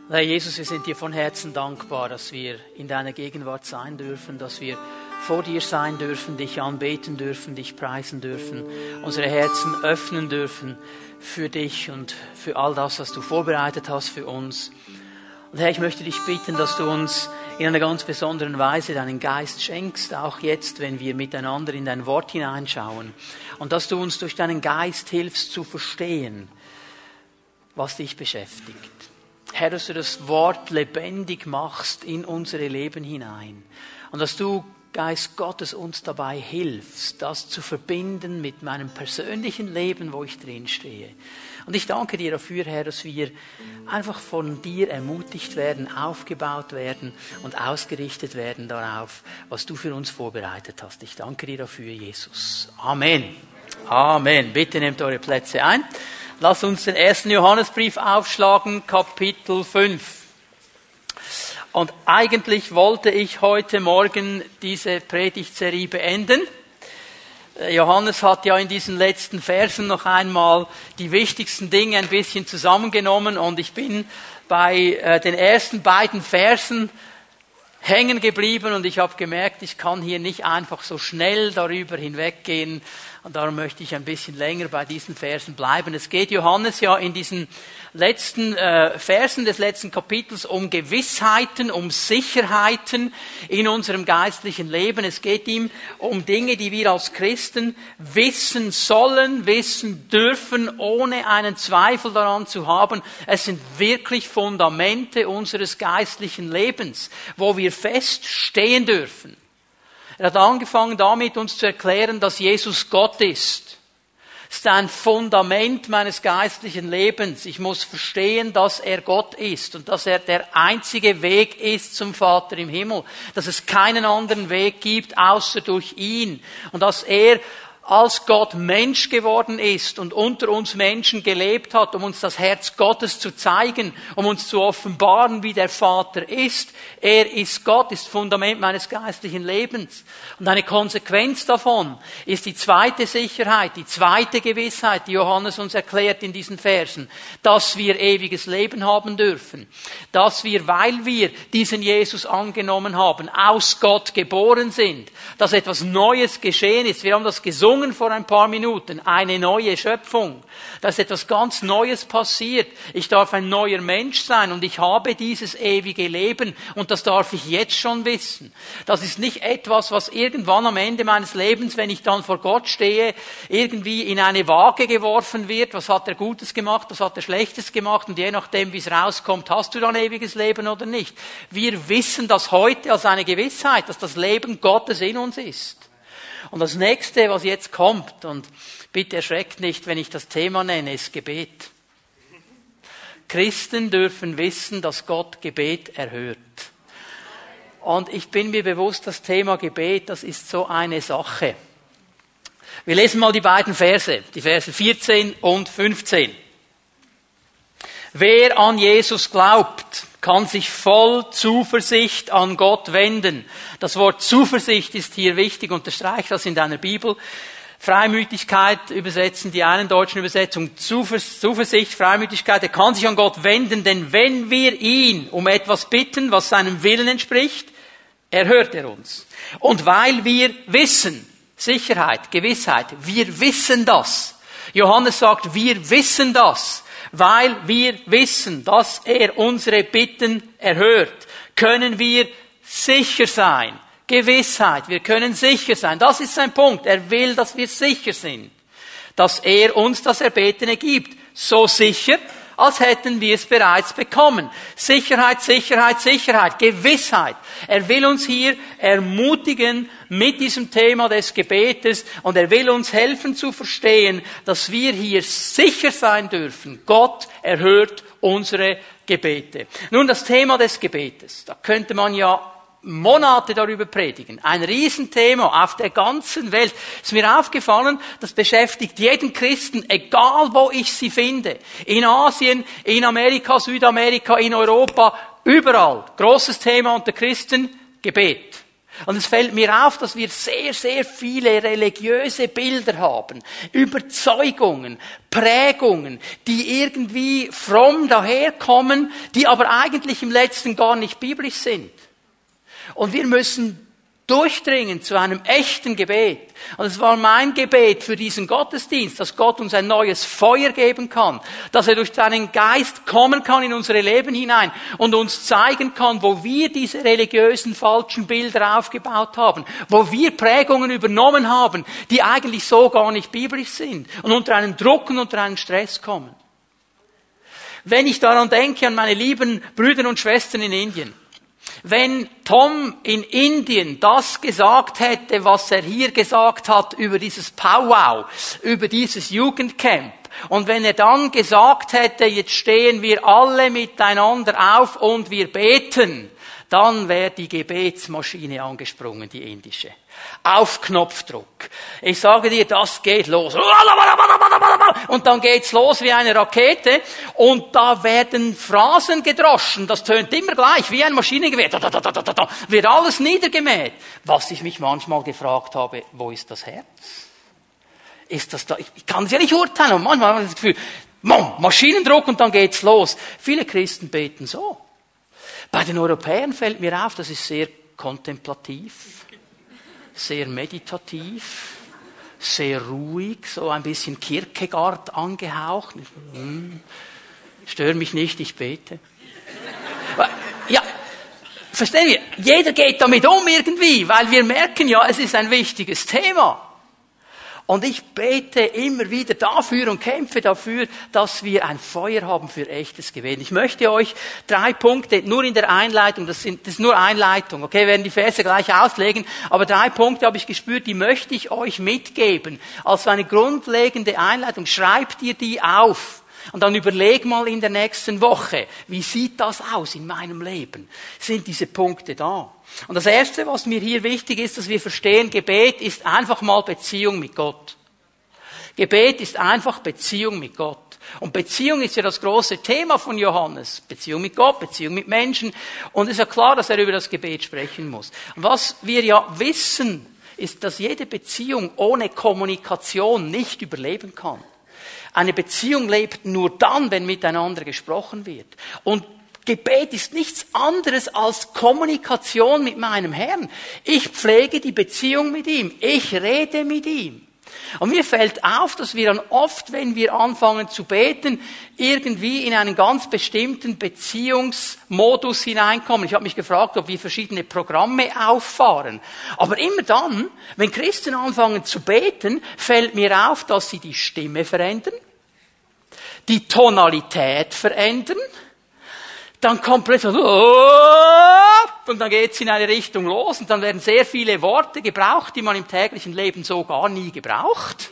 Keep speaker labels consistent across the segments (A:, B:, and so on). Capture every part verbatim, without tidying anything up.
A: Herr Jesus, wir sind dir von Herzen dankbar, dass wir in deiner Gegenwart sein dürfen, dass wir vor dir sein dürfen, dich anbeten dürfen, dich preisen dürfen, unsere Herzen öffnen dürfen für dich und für all das, was du vorbereitet hast für uns. Und Herr, ich möchte dich bitten, dass du uns in einer ganz besonderen Weise deinen Geist schenkst, auch jetzt, wenn wir miteinander in dein Wort hineinschauen. Und dass du uns durch deinen Geist hilfst zu verstehen, was dich beschäftigt. Herr, dass du das Wort lebendig machst in unsere Leben hinein. Und dass du, Geist Gottes, uns dabei hilfst, das zu verbinden mit meinem persönlichen Leben, wo ich drin stehe. Und ich danke dir dafür, Herr, dass wir einfach von dir ermutigt werden, aufgebaut werden und ausgerichtet werden darauf, was du für uns vorbereitet hast. Ich danke dir dafür, Jesus. Amen. Amen. Bitte nehmt eure Plätze ein. Lass uns den ersten Johannesbrief aufschlagen, Kapitel fünf. Und eigentlich wollte ich heute Morgen diese Predigtserie beenden. Johannes hat ja in diesen letzten Versen noch einmal die wichtigsten Dinge ein bisschen zusammengenommen und ich bin bei den ersten beiden Versen hängen geblieben und ich habe gemerkt, ich kann hier nicht einfach so schnell darüber hinweggehen. Und darum möchte ich ein bisschen länger bei diesen Versen bleiben. Es geht Johannes ja in diesen letzten äh, Versen des letzten Kapitels um Gewissheiten, um Sicherheiten in unserem geistlichen Leben. Es geht ihm um Dinge, die wir als Christen wissen sollen, wissen dürfen, ohne einen Zweifel daran zu haben. Es sind wirklich Fundamente unseres geistlichen Lebens, wo wir feststehen dürfen. Er hat angefangen damit, uns zu erklären, dass Jesus Gott ist. Es ist ein Fundament meines geistlichen Lebens. Ich muss verstehen, dass er Gott ist und dass er der einzige Weg ist zum Vater im Himmel. Dass es keinen anderen Weg gibt, außer durch ihn. Und dass er als Gott Mensch geworden ist und unter uns Menschen gelebt hat, um uns das Herz Gottes zu zeigen, um uns zu offenbaren, wie der Vater ist. Er ist Gott, ist Fundament meines geistlichen Lebens. Und eine Konsequenz davon ist die zweite Sicherheit, die zweite Gewissheit, die Johannes uns erklärt in diesen Versen, dass wir ewiges Leben haben dürfen. Dass wir, weil wir diesen Jesus angenommen haben, aus Gott geboren sind, dass etwas Neues geschehen ist. Wir haben das gesungen vor ein paar Minuten, eine neue Schöpfung. Da ist etwas ganz Neues passiert. Ich darf ein neuer Mensch sein und ich habe dieses ewige Leben und das darf ich jetzt schon wissen. Das ist nicht etwas, was irgendwann am Ende meines Lebens, wenn ich dann vor Gott stehe, irgendwie in eine Waage geworfen wird. Was hat er Gutes gemacht, was hat er Schlechtes gemacht und je nachdem, wie es rauskommt, hast du dann ewiges Leben oder nicht. Wir wissen das heute als eine Gewissheit, dass das Leben Gottes in uns ist. Und das nächste, was jetzt kommt, und bitte erschreckt nicht, wenn ich das Thema nenne, ist Gebet. Christen dürfen wissen, dass Gott Gebet erhört. Und ich bin mir bewusst, das Thema Gebet, das ist so eine Sache. Wir lesen mal die beiden Verse, die Verse vierzehn und fünfzehn. Wer an Jesus glaubt, kann sich voll Zuversicht an Gott wenden. Das Wort Zuversicht ist hier wichtig, unterstreich das in deiner Bibel. Freimütigkeit übersetzen die einen deutschen Übersetzung. Zuversicht, Freimütigkeit, er kann sich an Gott wenden, denn wenn wir ihn um etwas bitten, was seinem Willen entspricht, erhört er uns. Und weil wir wissen, Sicherheit, Gewissheit, wir wissen das. Johannes sagt, wir wissen das. Weil wir wissen, dass er unsere Bitten erhört, können wir sicher sein. Gewissheit, wir können sicher sein. Das ist sein Punkt. Er will, dass wir sicher sind, dass er uns das Erbetene gibt. So sicher, als hätten wir es bereits bekommen. Sicherheit, Sicherheit, Sicherheit, Gewissheit. Er will uns hier ermutigen mit diesem Thema des Gebetes und er will uns helfen zu verstehen, dass wir hier sicher sein dürfen. Gott erhört unsere Gebete. Nun, das Thema des Gebetes, da könnte man ja Monate darüber predigen. Ein Riesenthema auf der ganzen Welt. Ist mir aufgefallen, das beschäftigt jeden Christen, egal wo ich sie finde. In Asien, in Amerika, Südamerika, in Europa, überall. Großes Thema unter Christen, Gebet. Und es fällt mir auf, dass wir sehr, sehr viele religiöse Bilder haben, Überzeugungen, Prägungen, die irgendwie fromm daherkommen, die aber eigentlich im Letzten gar nicht biblisch sind. Und wir müssen durchdringen zu einem echten Gebet. Und es war mein Gebet für diesen Gottesdienst, dass Gott uns ein neues Feuer geben kann, dass er durch seinen Geist kommen kann in unsere Leben hinein und uns zeigen kann, wo wir diese religiösen falschen Bilder aufgebaut haben, wo wir Prägungen übernommen haben, die eigentlich so gar nicht biblisch sind und unter einen Druck und unter einen Stress kommen. Wenn ich daran denke, an meine lieben Brüder und Schwestern in Indien, wenn Tom in Indien das gesagt hätte, was er hier gesagt hat über dieses Powwow, über dieses Jugendcamp, und wenn er dann gesagt hätte, jetzt stehen wir alle miteinander auf und wir beten, dann wäre die Gebetsmaschine angesprungen, die indische. Auf Knopfdruck. Ich sage dir, das geht los. Und dann geht's los wie eine Rakete und da werden Phrasen gedroschen. Das tönt immer gleich, wie ein Maschinengewehr. Da, da, da, da, da, da. Wird alles niedergemäht. Was ich mich manchmal gefragt habe, wo ist das Herz? Ist das da? Ich kann es ja nicht urteilen. Und manchmal habe ich das Gefühl, Maschinendruck und dann geht's los. Viele Christen beten so. Bei den Europäern fällt mir auf, das ist sehr kontemplativ, sehr meditativ, sehr ruhig, so ein bisschen Kierkegaard angehaucht. Hm, stör mich nicht, ich bete. Ja, verstehen wir? Jeder geht damit um irgendwie, weil wir merken ja, es ist ein wichtiges Thema. Und ich bete immer wieder dafür und kämpfe dafür, dass wir ein Feuer haben für echtes Gebet. Ich möchte euch drei Punkte, nur in der Einleitung, das, sind, das ist nur Einleitung, okay, wir werden die Verse gleich auslegen, aber drei Punkte habe ich gespürt, die möchte ich euch mitgeben, als eine grundlegende Einleitung. Schreibt ihr die auf. Und dann überleg mal in der nächsten Woche, wie sieht das aus in meinem Leben? Sind diese Punkte da? Und das Erste, was mir hier wichtig ist, dass wir verstehen, Gebet ist einfach mal Beziehung mit Gott. Gebet ist einfach Beziehung mit Gott. Und Beziehung ist ja das große Thema von Johannes. Beziehung mit Gott, Beziehung mit Menschen. Und es ist ja klar, dass er über das Gebet sprechen muss. Und was wir ja wissen, ist, dass jede Beziehung ohne Kommunikation nicht überleben kann. Eine Beziehung lebt nur dann, wenn miteinander gesprochen wird. Und Gebet ist nichts anderes als Kommunikation mit meinem Herrn. Ich pflege die Beziehung mit ihm. Ich rede mit ihm. Und mir fällt auf, dass wir dann oft, wenn wir anfangen zu beten, irgendwie in einen ganz bestimmten Beziehungsmodus hineinkommen. Ich habe mich gefragt, ob wir verschiedene Programme auffahren. Aber immer dann, wenn Christen anfangen zu beten, fällt mir auf, dass sie die Stimme verändern, die Tonalität verändern, dann kommt plötzlich und dann geht's in eine Richtung los und dann werden sehr viele Worte gebraucht, die man im täglichen Leben so gar nie gebraucht.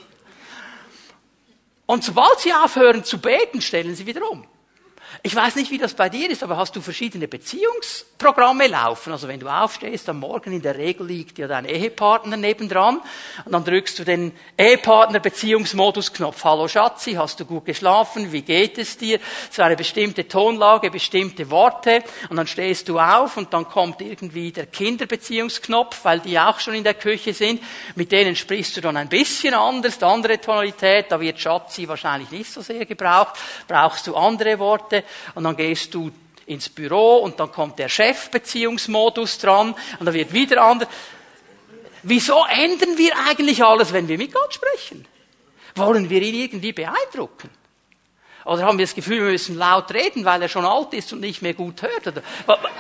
A: Und sobald sie aufhören zu beten, stellen sie wieder um. Ich weiß nicht, wie das bei dir ist, aber hast du verschiedene Beziehungsprogramme laufen? Also wenn du aufstehst am Morgen, in der Regel liegt ja dein Ehepartner nebendran und dann drückst du den Ehepartner-Beziehungsmodus-Knopf. Hallo Schatzi, hast du gut geschlafen? Wie geht es dir? So eine bestimmte Tonlage, bestimmte Worte und dann stehst du auf und dann kommt irgendwie der Kinderbeziehungsknopf, weil die auch schon in der Küche sind. Mit denen sprichst du dann ein bisschen anders, andere Tonalität, da wird Schatzi wahrscheinlich nicht so sehr gebraucht. Brauchst du andere Worte? Und dann gehst du ins Büro und dann kommt der Chefbeziehungsmodus dran und dann wird wieder anders. Wieso ändern wir eigentlich alles, wenn wir mit Gott sprechen? Wollen wir ihn irgendwie beeindrucken? Oder haben wir das Gefühl, wir müssen laut reden, weil er schon alt ist und nicht mehr gut hört? Oder?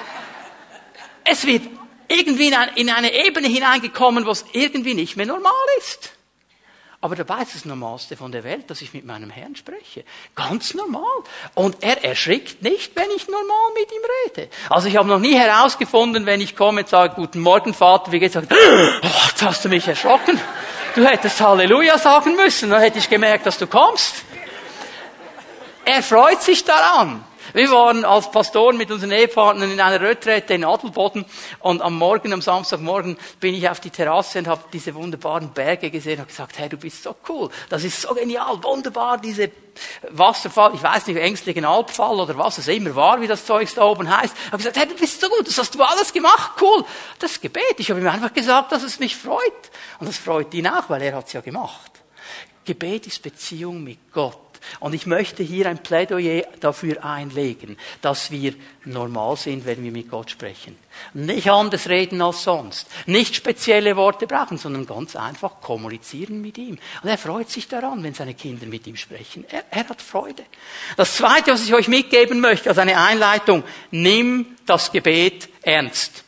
A: Es wird irgendwie in eine Ebene hineingekommen, wo es irgendwie nicht mehr normal ist. Aber dabei ist das Normalste von der Welt, dass ich mit meinem Herrn spreche. Ganz normal. Und er erschrickt nicht, wenn ich normal mit ihm rede. Also ich habe noch nie herausgefunden, wenn ich komme und sage, guten Morgen, Vater, wie geht's? Sagt, oh, jetzt hast du mich erschrocken. Du hättest Halleluja sagen müssen, dann hätte ich gemerkt, dass du kommst. Er freut sich daran. Wir waren als Pastoren mit unseren Ehepartnern in einer Retrette in Adelboden und am Morgen, am Samstagmorgen bin ich auf die Terrasse und habe diese wunderbaren Berge gesehen und habe gesagt, hey, du bist so cool, das ist so genial, wunderbar, diese Wasserfall, ich weiß nicht, ängstlichen Albfall oder was es immer war, wie das Zeug da oben heißt. Ich habe gesagt, hey, du bist so gut, das hast du alles gemacht, cool. Das ist Gebet. Ich habe ihm einfach gesagt, dass es mich freut. Und das freut ihn auch, weil er hat es ja gemacht. Gebet ist Beziehung mit Gott. Und ich möchte hier ein Plädoyer dafür einlegen, dass wir normal sind, wenn wir mit Gott sprechen. Nicht anders reden als sonst. Nicht spezielle Worte brauchen, sondern ganz einfach kommunizieren mit ihm. Und er freut sich daran, wenn seine Kinder mit ihm sprechen. Er, er hat Freude. Das Zweite, was ich euch mitgeben möchte, als eine Einleitung, nimm das Gebet ernst.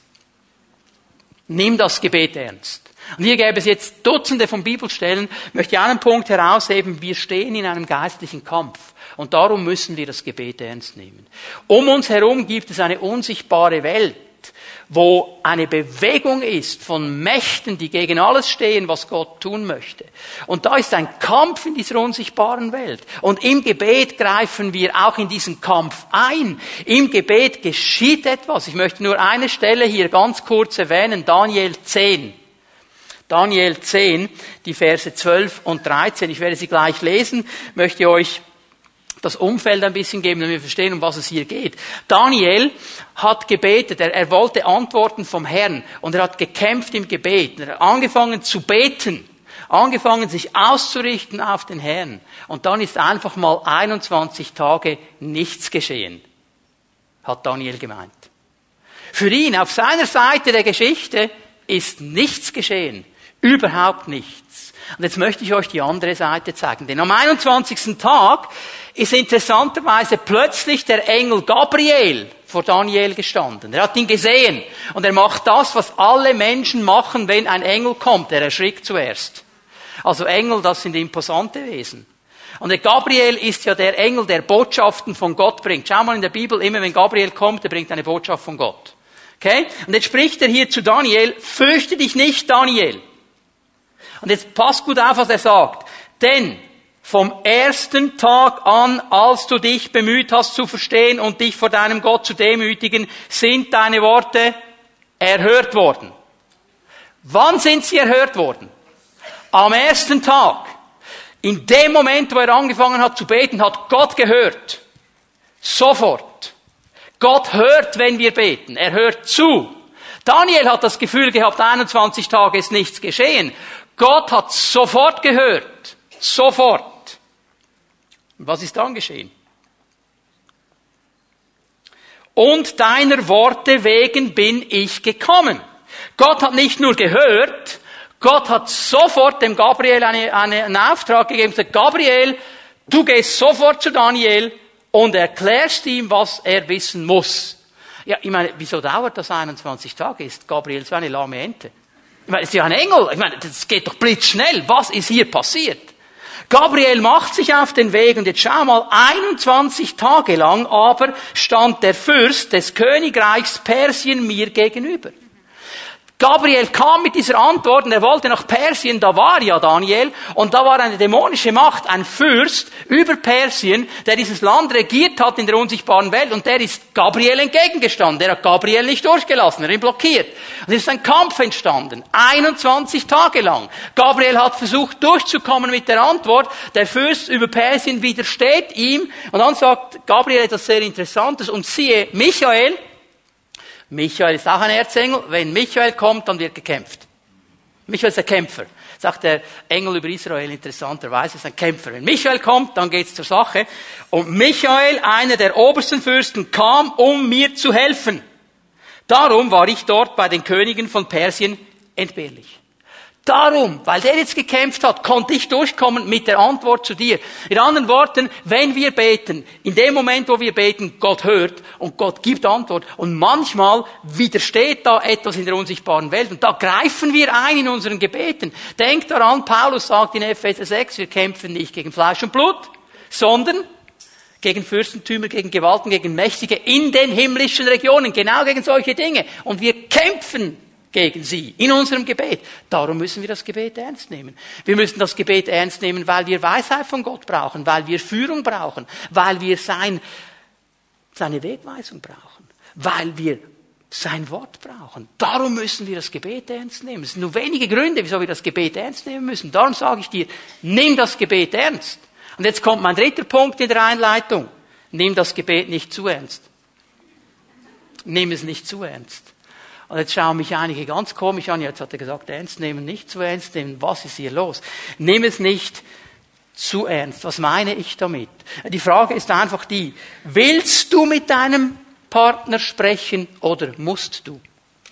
A: Nimm das Gebet ernst. Und hier gäbe es jetzt Dutzende von Bibelstellen. Ich möchte einen Punkt herausheben. Wir stehen in einem geistlichen Kampf. Und darum müssen wir das Gebet ernst nehmen. Um uns herum gibt es eine unsichtbare Welt, wo eine Bewegung ist von Mächten, die gegen alles stehen, was Gott tun möchte. Und da ist ein Kampf in dieser unsichtbaren Welt. Und im Gebet greifen wir auch in diesen Kampf ein. Im Gebet geschieht etwas. Ich möchte nur eine Stelle hier ganz kurz erwähnen, Daniel zehn. Daniel zehn, die Verse zwölf und dreizehn. Ich werde sie gleich lesen, möchte euch das Umfeld ein bisschen geben, damit wir verstehen, um was es hier geht. Daniel hat gebetet, er, er wollte Antworten vom Herrn und er hat gekämpft im Gebet. Er hat angefangen zu beten, angefangen sich auszurichten auf den Herrn. Und dann ist einfach mal einundzwanzig Tage nichts geschehen, hat Daniel gemeint. Für ihn, auf seiner Seite der Geschichte, ist nichts geschehen. Überhaupt nichts. Und jetzt möchte ich euch die andere Seite zeigen. Denn am einundzwanzigsten Tag ist interessanterweise plötzlich der Engel Gabriel vor Daniel gestanden. Er hat ihn gesehen. Und er macht das, was alle Menschen machen, wenn ein Engel kommt. Er erschrickt zuerst. Also Engel, das sind imposante Wesen. Und der Gabriel ist ja der Engel, der Botschaften von Gott bringt. Schau mal in der Bibel, immer wenn Gabriel kommt, er bringt eine Botschaft von Gott. Okay? Und jetzt spricht er hier zu Daniel, fürchte dich nicht, Daniel. Und jetzt passt gut auf, was er sagt. Denn vom ersten Tag an, als du dich bemüht hast zu verstehen und dich vor deinem Gott zu demütigen, sind deine Worte erhört worden. Wann sind sie erhört worden? Am ersten Tag. In dem Moment, wo er angefangen hat zu beten, hat Gott gehört. Sofort. Gott hört, wenn wir beten. Er hört zu. Daniel hat das Gefühl gehabt, einundzwanzig Tage ist nichts geschehen. Gott hat sofort gehört. Sofort. Und was ist dann geschehen? Und deiner Worte wegen bin ich gekommen. Gott hat nicht nur gehört, Gott hat sofort dem Gabriel eine, eine, einen Auftrag gegeben. Er sagt, Gabriel, du gehst sofort zu Daniel und erklärst ihm, was er wissen muss. Ja, ich meine, wieso dauert das einundzwanzig Tage? Ist Gabriel so eine lahme Ente? Ich meine, es ist ja ein Engel. Ich meine, das geht doch blitzschnell. Was ist hier passiert? Gabriel macht sich auf den Weg und jetzt schau mal, einundzwanzig Tage lang aber stand der Fürst des Königreichs Persien mir gegenüber. Gabriel kam mit dieser Antwort und er wollte nach Persien, da war ja Daniel und da war eine dämonische Macht, ein Fürst über Persien, der dieses Land regiert hat in der unsichtbaren Welt und der ist Gabriel entgegengestanden. Der hat Gabriel nicht durchgelassen, er hat ihn blockiert. Und es ist ein Kampf entstanden, einundzwanzig Tage lang. Gabriel hat versucht durchzukommen mit der Antwort, der Fürst über Persien widersteht ihm und dann sagt Gabriel etwas sehr Interessantes und siehe, Michael, Michael ist auch ein Erzengel. Wenn Michael kommt, dann wird gekämpft. Michael ist der Kämpfer. Sagt der Engel über Israel interessanterweise, ist ein Kämpfer. Wenn Michael kommt, dann geht's zur Sache. Und Michael, einer der obersten Fürsten, kam, um mir zu helfen. Darum war ich dort bei den Königen von Persien entbehrlich. Darum, weil der jetzt gekämpft hat, konnte ich durchkommen mit der Antwort zu dir. In anderen Worten, wenn wir beten, in dem Moment, wo wir beten, Gott hört und Gott gibt Antwort. Und manchmal widersteht da etwas in der unsichtbaren Welt und da greifen wir ein in unseren Gebeten. Denkt daran, Paulus sagt in Epheser sechs, wir kämpfen nicht gegen Fleisch und Blut, sondern gegen Fürstentümer, gegen Gewalten, gegen Mächtige in den himmlischen Regionen. Genau gegen solche Dinge. Und wir kämpfen gegen sie, in unserem Gebet. Darum müssen wir das Gebet ernst nehmen. Wir müssen das Gebet ernst nehmen, weil wir Weisheit von Gott brauchen, weil wir Führung brauchen, weil wir sein, seine Wegweisung brauchen, weil wir sein Wort brauchen. Darum müssen wir das Gebet ernst nehmen. Es sind nur wenige Gründe, wieso wir das Gebet ernst nehmen müssen. Darum sage ich dir, nimm das Gebet ernst. Und jetzt kommt mein dritter Punkt in der Einleitung. Nimm das Gebet nicht zu ernst. Nimm es nicht zu ernst. Und jetzt schauen mich einige ganz komisch an. Jetzt hat er gesagt, ernst nehmen, nicht zu ernst nehmen. Was ist hier los? Nimm es nicht zu ernst. Was meine ich damit? Die Frage ist einfach die, willst du mit deinem Partner sprechen oder musst du?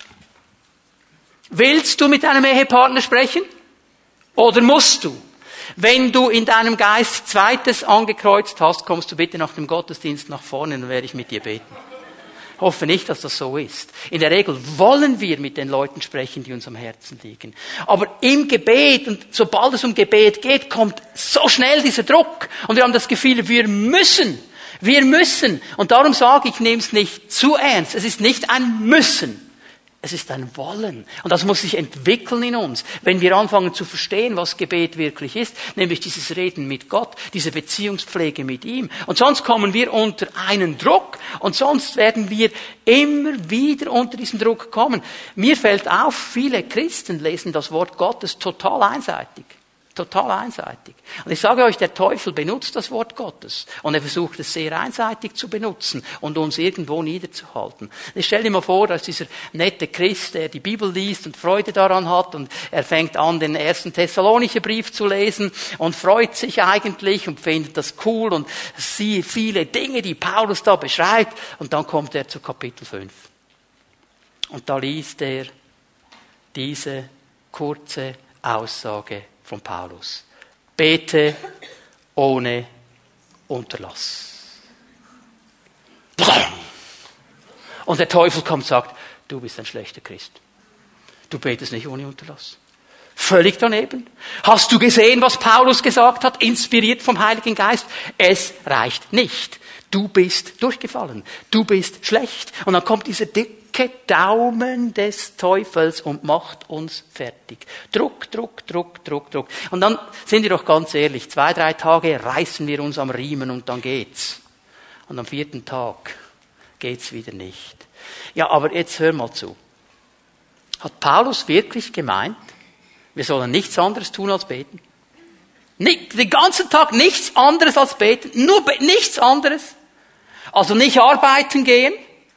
A: Willst du mit deinem Ehepartner sprechen oder musst du? Wenn du in deinem Geist Zweites angekreuzt hast, kommst du bitte nach dem Gottesdienst nach vorne, dann werde ich mit dir beten. Ich hoffe nicht, dass das so ist. In der Regel wollen wir mit den Leuten sprechen, die uns am Herzen liegen. Aber im Gebet, und sobald es um Gebet geht, kommt so schnell dieser Druck. Und wir haben das Gefühl, wir müssen. Wir müssen. Und darum sage ich, nehme es nicht zu ernst. Es ist nicht ein Müssen. Es ist ein Wollen. Und das muss sich entwickeln in uns, wenn wir anfangen zu verstehen, was Gebet wirklich ist, nämlich dieses Reden mit Gott, diese Beziehungspflege mit ihm. Und sonst kommen wir unter einen Druck und sonst werden wir immer wieder unter diesen Druck kommen. Mir fällt auf, viele Christen lesen das Wort Gottes total einseitig. Total einseitig. Und ich sage euch, der Teufel benutzt das Wort Gottes. Und er versucht es sehr einseitig zu benutzen und uns irgendwo niederzuhalten. Ich stelle dir mal vor, dass dieser nette Christ, der die Bibel liest und Freude daran hat und er fängt an, den ersten Thessalonicher Brief zu lesen und freut sich eigentlich und findet das cool und sieht viele Dinge, die Paulus da beschreibt. Und dann kommt er zu Kapitel fünf. Und da liest er diese kurze Aussage von Paulus. Bete ohne Unterlass. Und der Teufel kommt und sagt, du bist ein schlechter Christ. Du betest nicht ohne Unterlass. Völlig daneben. Hast du gesehen, was Paulus gesagt hat, inspiriert vom Heiligen Geist? Es reicht nicht. Du bist durchgefallen. Du bist schlecht. Und dann kommt dieser dicke Daumen des Teufels und macht uns fertig. Druck, Druck, Druck, Druck, Druck. Und dann sind wir doch ganz ehrlich, zwei, drei Tage reißen wir uns am Riemen und dann geht's. Und am vierten Tag geht's wieder nicht. Ja, aber jetzt hör mal zu. Hat Paulus wirklich gemeint, wir sollen nichts anderes tun als beten? Nicht, den ganzen Tag nichts anderes als beten? Nur be- nichts anderes? Also nicht arbeiten gehen?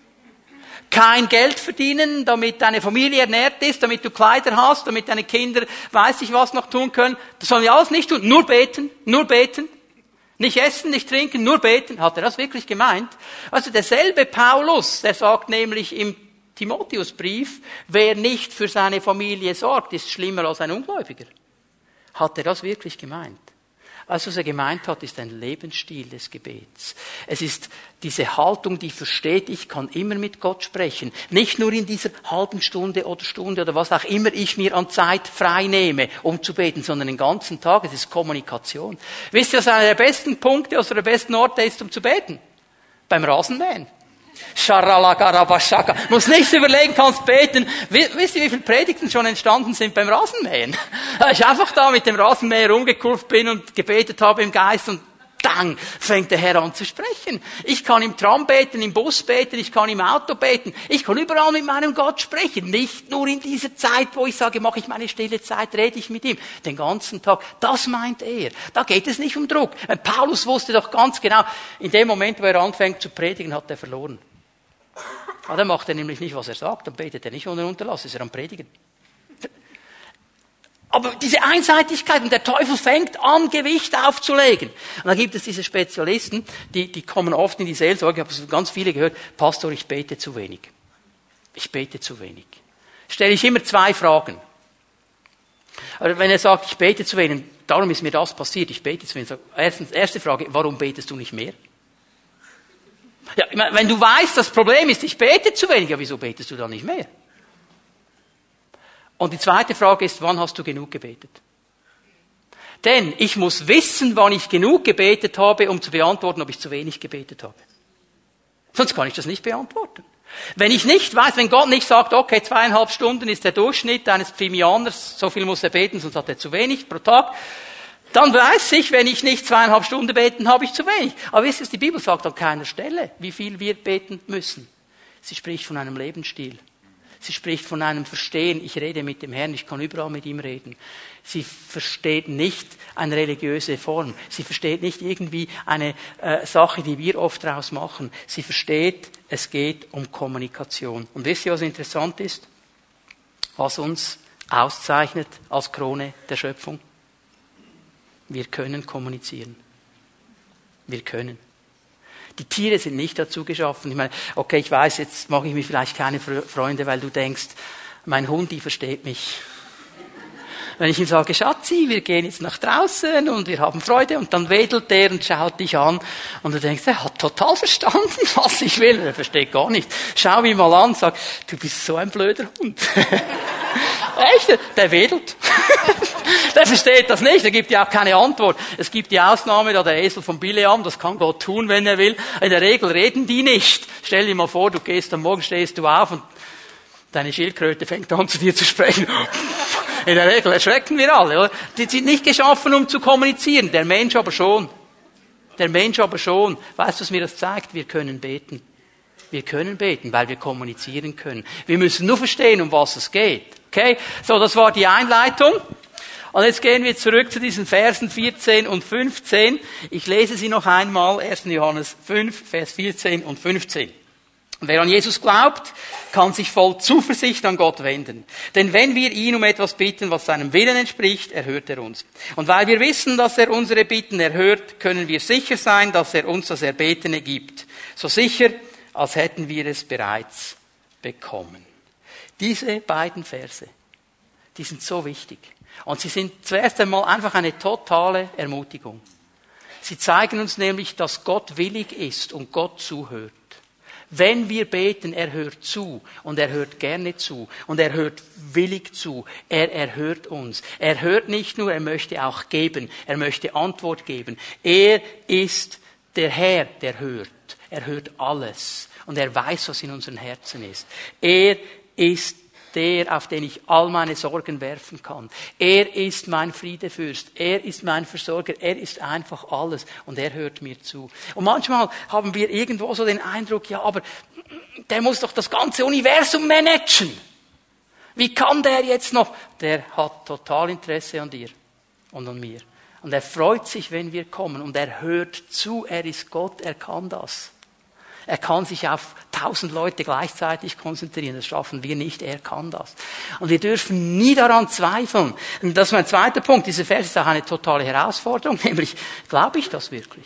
A: Kein Geld verdienen, damit deine Familie ernährt ist, damit du Kleider hast, damit deine Kinder weiß ich was noch tun können? Das sollen wir alles nicht tun. Nur beten, nur beten. Nicht essen, nicht trinken, nur beten. Hat er das wirklich gemeint? Also derselbe Paulus, der sagt nämlich im Timotheusbrief, wer nicht für seine Familie sorgt, ist schlimmer als ein Ungläubiger. Hat er das wirklich gemeint? Also was er gemeint hat, ist ein Lebensstil des Gebets. Es ist diese Haltung, die versteht, ich kann immer mit Gott sprechen. Nicht nur in dieser halben Stunde oder Stunde oder was auch immer ich mir an Zeit frei nehme, um zu beten, sondern den ganzen Tag. Es ist Kommunikation. Wisst ihr, was einer der besten Punkte, also der besten Orte ist, um zu beten? Beim Rasenmähen. Scharalagarabashaka. Muss nicht überlegen, kannst beten. Wisst ihr, wie viele Predigten schon entstanden sind beim Rasenmähen? Ich einfach da mit dem Rasenmäher rumgekurvt bin und gebetet habe im Geist und dann fängt der Herr an zu sprechen. Ich kann im Tram beten, im Bus beten, ich kann im Auto beten. Ich kann überall mit meinem Gott sprechen. Nicht nur in dieser Zeit, wo ich sage, mache ich meine stille Zeit, rede ich mit ihm. Den ganzen Tag. Das meint er. Da geht es nicht um Druck. Paulus wusste doch ganz genau, in dem Moment, wo er anfängt zu predigen, hat er verloren. Ah, dann macht er nämlich nicht, was er sagt, dann betet er nicht ohne Unterlass, ist er am Predigen. Aber diese Einseitigkeit und der Teufel fängt an, Gewicht aufzulegen. Und dann gibt es diese Spezialisten, die, die kommen oft in die Seelsorge, ich habe ganz viele gehört, Pastor, ich bete zu wenig. Ich bete zu wenig. Stelle ich immer zwei Fragen. Aber wenn er sagt, ich bete zu wenig, darum ist mir das passiert, ich bete zu wenig. Erstens, erste Frage, warum betest du nicht mehr? Ja, wenn du weißt, das Problem ist, ich bete zu wenig, ja, wieso betest du dann nicht mehr? Und die zweite Frage ist, wann hast du genug gebetet? Denn ich muss wissen, wann ich genug gebetet habe, um zu beantworten, ob ich zu wenig gebetet habe. Sonst kann ich das nicht beantworten. Wenn ich nicht weiß, wenn Gott nicht sagt, okay, zweieinhalb Stunden ist der Durchschnitt eines Pfimianers, so viel muss er beten, sonst hat er zu wenig pro Tag, dann weiß ich, wenn ich nicht zweieinhalb Stunden beten, habe ich zu wenig. Aber wisst ihr, die Bibel sagt an keiner Stelle, wie viel wir beten müssen. Sie spricht von einem Lebensstil. Sie spricht von einem Verstehen. Ich rede mit dem Herrn, ich kann überall mit ihm reden. Sie versteht nicht eine religiöse Form. Sie versteht nicht irgendwie eine äh, Sache, die wir oft daraus machen. Sie versteht, es geht um Kommunikation. Und wisst ihr, was interessant ist? Was uns auszeichnet als Krone der Schöpfung? Wir können kommunizieren. Wir können. Die Tiere sind nicht dazu geschaffen. Ich meine, okay, ich weiß, jetzt mache ich mir vielleicht keine Freunde, weil du denkst, mein Hund, die versteht mich. Wenn ich ihm sage, Schatzi, wir gehen jetzt nach draußen und wir haben Freude, und dann wedelt der und schaut dich an und du denkst, er hat total verstanden, was ich will. Er versteht gar nichts. Schau ihn mal an, sag, du bist so ein blöder Hund. Echt? Der wedelt. Der versteht das nicht, der gibt ja auch keine Antwort. Es gibt die Ausnahme, da der Esel von Bileam, das kann Gott tun, wenn er will. In der Regel reden die nicht. Stell dir mal vor, du gehst am Morgen, stehst du auf und deine Schildkröte fängt an zu dir zu sprechen. In der Regel erschrecken wir alle, oder? Die sind nicht geschaffen, um zu kommunizieren. Der Mensch aber schon. Der Mensch aber schon. Weißt du, was mir das zeigt? Wir können beten. Wir können beten, weil wir kommunizieren können. Wir müssen nur verstehen, um was es geht. Okay? So, das war die Einleitung. Und jetzt gehen wir zurück zu diesen Versen vierzehn und fünfzehn. Ich lese sie noch einmal. erster Johannes fünf, Vers vierzehn und fünfzehn. Wer an Jesus glaubt, kann sich voll Zuversicht an Gott wenden. Denn wenn wir ihn um etwas bitten, was seinem Willen entspricht, erhört er uns. Und weil wir wissen, dass er unsere Bitten erhört, können wir sicher sein, dass er uns das Erbetene gibt. So sicher, als hätten wir es bereits bekommen. Diese beiden Verse, die sind so wichtig. Und sie sind zuerst einmal einfach eine totale Ermutigung. Sie zeigen uns nämlich, dass Gott willig ist und Gott zuhört. Wenn wir beten, er hört zu und er hört gerne zu und er hört willig zu. Er erhört uns. Er hört nicht nur, er möchte auch geben. Er möchte Antwort geben. Er ist der Herr, der hört. Er hört alles und er weiß, was in unseren Herzen ist. Er ist der, auf den ich all meine Sorgen werfen kann. Er ist mein Friedefürst. Er ist mein Versorger. Er ist einfach alles. Und er hört mir zu. Und manchmal haben wir irgendwo so den Eindruck, ja, aber der muss doch das ganze Universum managen. Wie kann der jetzt noch? Der hat total Interesse an dir und an mir. Und er freut sich, wenn wir kommen. Und er hört zu. Er ist Gott. Er kann das. Er kann sich auf tausend Leute gleichzeitig konzentrieren. Das schaffen wir nicht. Er kann das. Und wir dürfen nie daran zweifeln. Und das ist mein zweiter Punkt. Dieser Vers ist auch eine totale Herausforderung. Nämlich, glaube ich das wirklich?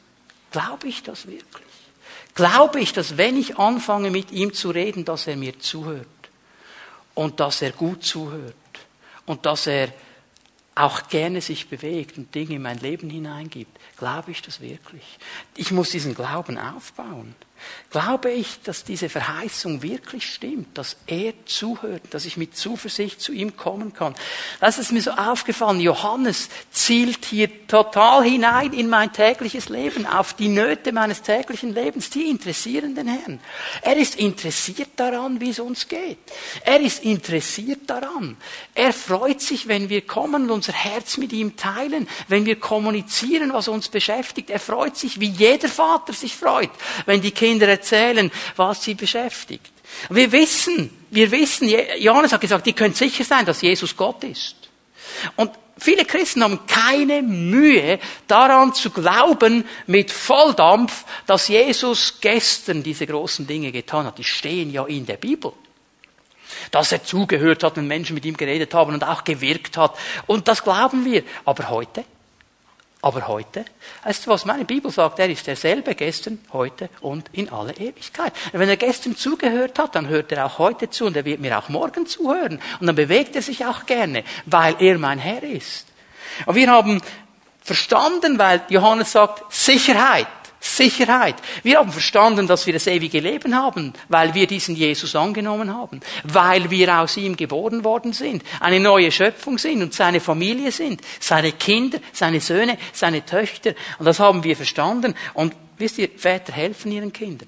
A: Glaube ich das wirklich? Glaube ich, dass wenn ich anfange mit ihm zu reden, dass er mir zuhört? Und dass er gut zuhört? Und dass er auch gerne sich bewegt und Dinge in mein Leben hineingibt? Glaube ich das wirklich? Ich muss diesen Glauben aufbauen. Glaube ich, dass diese Verheißung wirklich stimmt, dass er zuhört, dass ich mit Zuversicht zu ihm kommen kann? Das ist mir so aufgefallen. Johannes zielt hier total hinein in mein tägliches Leben, auf die Nöte meines täglichen Lebens. Die interessieren den Herrn. Er ist interessiert daran, wie es uns geht. Er ist interessiert daran. Er freut sich, wenn wir kommen und unser Herz mit ihm teilen, wenn wir kommunizieren, was uns beschäftigt. Er freut sich, wie jeder Vater sich freut, wenn die Kinder erzählen, was sie beschäftigt. Wir wissen, wir wissen, Johannes hat gesagt, ihr könnt sicher sein, dass Jesus Gott ist. Und viele Christen haben keine Mühe daran zu glauben, mit Volldampf, dass Jesus gestern diese großen Dinge getan hat. Die stehen ja in der Bibel. Dass er zugehört hat, wenn Menschen mit ihm geredet haben und auch gewirkt hat. Und das glauben wir. Aber heute? Aber heute, weißt du, was meine Bibel sagt? Er ist derselbe gestern, heute und in aller Ewigkeit. Wenn er gestern zugehört hat, dann hört er auch heute zu und er wird mir auch morgen zuhören. Und dann bewegt er sich auch gerne, weil er mein Herr ist. Und wir haben verstanden, weil Johannes sagt, Sicherheit. Sicherheit. Wir haben verstanden, dass wir das ewige Leben haben, weil wir diesen Jesus angenommen haben, weil wir aus ihm geboren worden sind, eine neue Schöpfung sind und seine Familie sind, seine Kinder, seine Söhne, seine Töchter. Und das haben wir verstanden. Und wisst ihr, Väter helfen ihren Kindern,